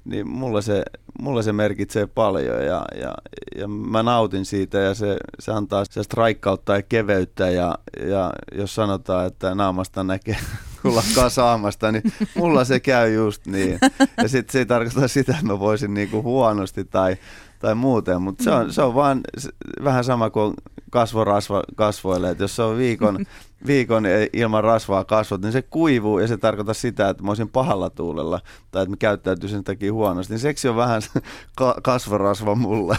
mulla se merkitsee paljon ja mä nautin siitä ja se antaa sellaista raikkautta ja keveyttä ja jos sanotaan, että naamasta näkee lakkaa saamasta, niin mulla se käy just niin. Ja sitten se ei tarkoita sitä, että mä voisin niinku huonosti tai muuten, mutta se on vaan vähän sama kuin kasvorasva kasvoille, että jos se on viikon ilman rasvaa kasvot, niin se kuivuu ja se tarkoittaa sitä, että mä olisin pahalla tuulella tai että mä käyttäytyisin sen takia huonosti. Niin seksi on vähän kasvorasva mulle.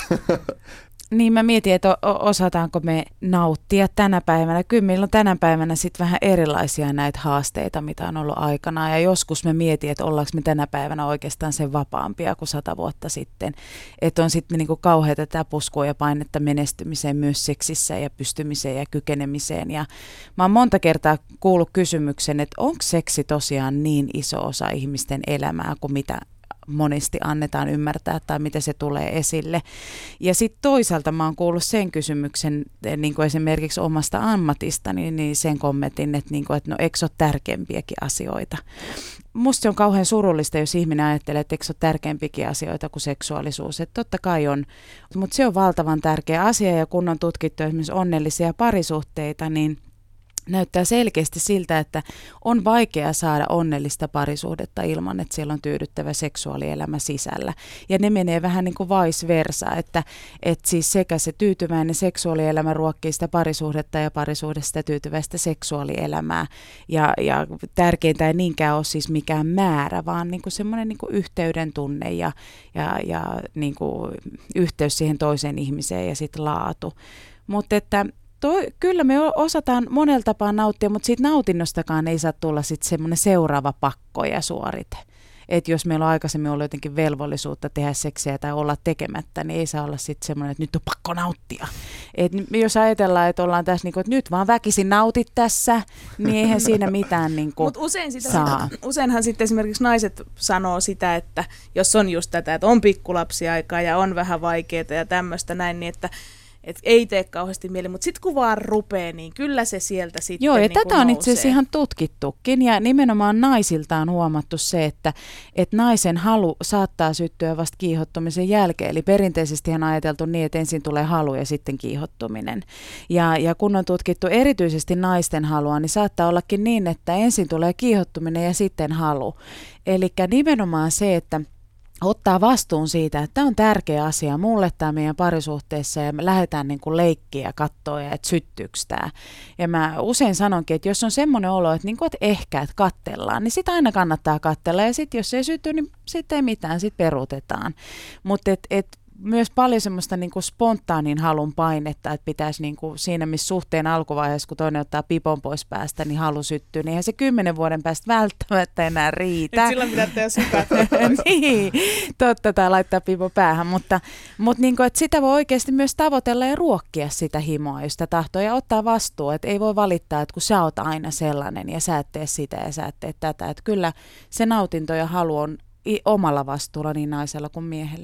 Niin mä mietin, että osataanko me nauttia tänä päivänä. Kyllä meillä on tänä päivänä sitten vähän erilaisia näitä haasteita, mitä on ollut aikanaan. Ja joskus me mietin, että ollaanko me tänä päivänä oikeastaan sen vapaampia kuin 100 vuotta sitten. Että on sitten niinku kauheata täpuskua ja painetta menestymiseen myös seksissä ja pystymiseen ja kykenemiseen. Ja mä oon monta kertaa kuullut kysymyksen, että onko seksi tosiaan niin iso osa ihmisten elämää kuin mitä monesti annetaan ymmärtää tai miten se tulee esille. Ja sitten toisaalta mä oon kuullut sen kysymyksen niin kuin esimerkiksi omasta ammatistani, niin sen kommentin, että, niin kuin, että no eikö ole tärkeämpiäkin asioita. Musta se on kauhean surullista, jos ihminen ajattelee, että eikö ole tärkeämpiäkin asioita kuin seksuaalisuus. Että totta kai on, mutta se on valtavan tärkeä asia ja kun on tutkittu esimerkiksi onnellisia parisuhteita, niin näyttää selkeästi siltä, että on vaikea saada onnellista parisuhdetta ilman, että siellä on tyydyttävä seksuaalielämä sisällä. Ja ne menee vähän niin kuin vice versa, että siis sekä se tyytyväinen seksuaalielämä ruokkii sitä parisuhdetta ja parisuhdesta tyytyväistä seksuaalielämää. Ja tärkeintä ei niinkään ole siis mikään määrä, vaan niin kuin semmoinen niin kuin yhteyden tunne ja niin kuin yhteys siihen toiseen ihmiseen ja sitten laatu. Mutta että kyllä me osataan monella tapaa nauttia, mutta siitä nautinnostakaan ei saa tulla sitten semmoinen seuraava pakko ja suorite. Että jos meillä on aikaisemmin ollut jotenkin velvollisuutta tehdä seksiä tai olla tekemättä, niin ei saa olla sitten semmoinen, että nyt on pakko nauttia. Et jos ajatellaan, että ollaan tässä, niin kuin, että nyt vaan väkisin nautit tässä, niin eihän siinä mitään niin kuin saa. Useinhan sitten esimerkiksi naiset sanoo sitä, että jos on just tätä, että on pikkulapsiaikaa ja on vähän vaikeaa ja tämmöistä näin, niin että ei tee kauheasti mieli, mutta sitten kun vaan rupeaa, niin kyllä se sieltä sitten Joo, ja niin tätä on itse asiassa ihan tutkittukin, ja nimenomaan naisilta on huomattu se, että naisen halu saattaa syttyä vasta kiihottumisen jälkeen, eli perinteisesti on ajateltu niin, että ensin tulee halu ja sitten kiihottuminen. Ja kun on tutkittu erityisesti naisten halua, niin saattaa ollakin niin, että ensin tulee kiihottuminen ja sitten halu. Eli nimenomaan se, että ottaa vastuun siitä, että tämä on tärkeä asia mulle tämä meidän parisuhteessa ja me lähdetään niin kuin leikkiä ja katsoa ja että syttyykö tämä. Ja mä usein sanonkin, että jos on semmoinen olo, että, niin kuin, että ehkä että katsellaan, niin sitä aina kannattaa katsella ja sitten jos ei syty, niin sitten ei mitään, sitten peruutetaan. Mutta myös paljon semmoista niin kuin spontaanin halun painetta, että pitäisi niin kuin siinä, missä suhteen alkuvaiheessa, kun toinen ottaa pipon pois päästä, niin halu syttyy, niin eihän se 10 vuoden päästä välttämättä enää riitä. Nyt silloin pitää tehdä sukat. Niin, totta, tai laittaa pipon päähän, mutta niin kuin, että sitä voi oikeasti myös tavoitella ja ruokkia sitä himoa, jos sitä tahtoo, ja ottaa vastuu, että ei voi valittaa, että kun sä oot aina sellainen, ja sä et tee sitä ja sä et tee tätä, että kyllä se nautinto ja halu on omalla vastuulla niin naisella kuin miehellä.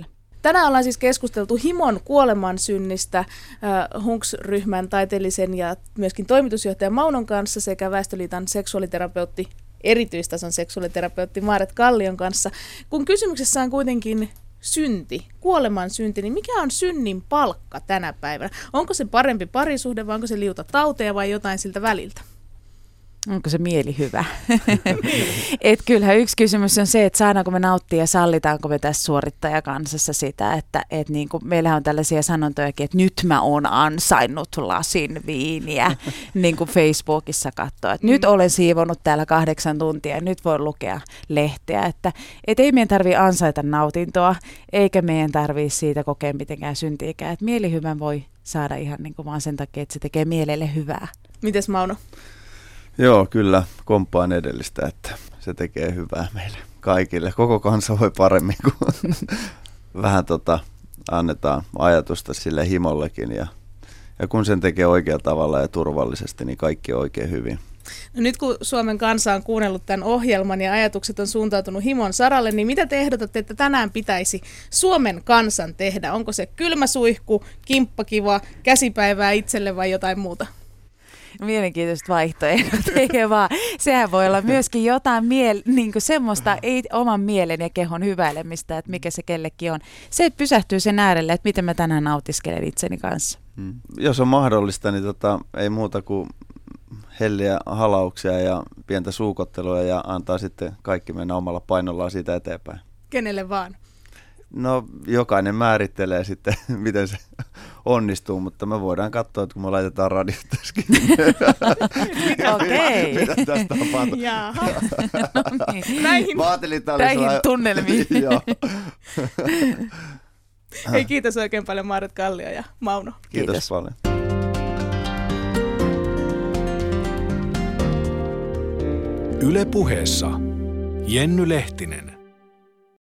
Tänään ollaan siis keskusteltu himon kuolemansynnistä HUNKS-ryhmän taiteellisen ja myöskin toimitusjohtajan Maunon kanssa sekä Väestöliiton seksuaaliterapeutti, erityistason seksuaaliterapeutti Maaret Kallion kanssa. Kun kysymyksessä on kuitenkin synti, kuoleman synti, niin mikä on synnin palkka tänä päivänä? Onko se parempi parisuhde vai onko se liuta tauteja vai jotain siltä väliltä? Onko se mieli hyvä? Et kyllähän yksi kysymys on se, että saadaanko me nauttia ja sallitaanko me tässä suorittajakansassa sitä, että niin kuin meillähän on tällaisia sanontojakin, että nyt mä oon ansainnut lasin viiniä, niin kuin Facebookissa katsoo, että nyt olen siivonut täällä 8 tuntia ja nyt voi lukea lehteä, että ei meidän tarvitse ansaita nautintoa, eikä meidän tarvitse siitä kokea mitenkään syntiikään, että mielihyvän voi saada ihan niin kuin vaan sen takia, että se tekee mielelle hyvää. Mites Mauno? Joo, kyllä komppaan edellistä, että se tekee hyvää meille kaikille. Koko kansa voi paremmin, kun vähän annetaan ajatusta sille himollekin. Ja kun sen tekee oikealla tavalla ja turvallisesti, niin kaikki on oikein hyvin. No nyt kun Suomen kansa on kuunnellut tämän ohjelman ja ajatukset on suuntautunut himon saralle, niin mitä te ehdotatte, että tänään pitäisi Suomen kansan tehdä? Onko se kylmäsuihku, kimppakiva, käsipäivää itselle vai jotain muuta? Mielenkiintoiset vaihtoehdot, eikä vaan. Sehän voi olla myöskin jotain niin semmoista ei oman mielen ja kehon hyväilemistä, että mikä se kellekin on. Se, että pysähtyy sen äärelle, että miten mä tänään nautiskelen itseni kanssa. Jos on mahdollista, niin ei muuta kuin helliä halauksia ja pientä suukottelua ja antaa sitten kaikki mennä omalla painollaan siitä eteenpäin. Kenelle vaan? No jokainen määrittelee sitten, miten se onnistuu, mutta me voidaan katsoa, että kun me laitetaan radiotaskin. Okei. Mitä tästä tapahtuu? Jaha. No niin. Näihin tunnelmiin. Joo. Hei, kiitos oikein paljon Maaret Kallio ja Mauno. Kiitos paljon. Yle Puheessa Jenny Lehtinen.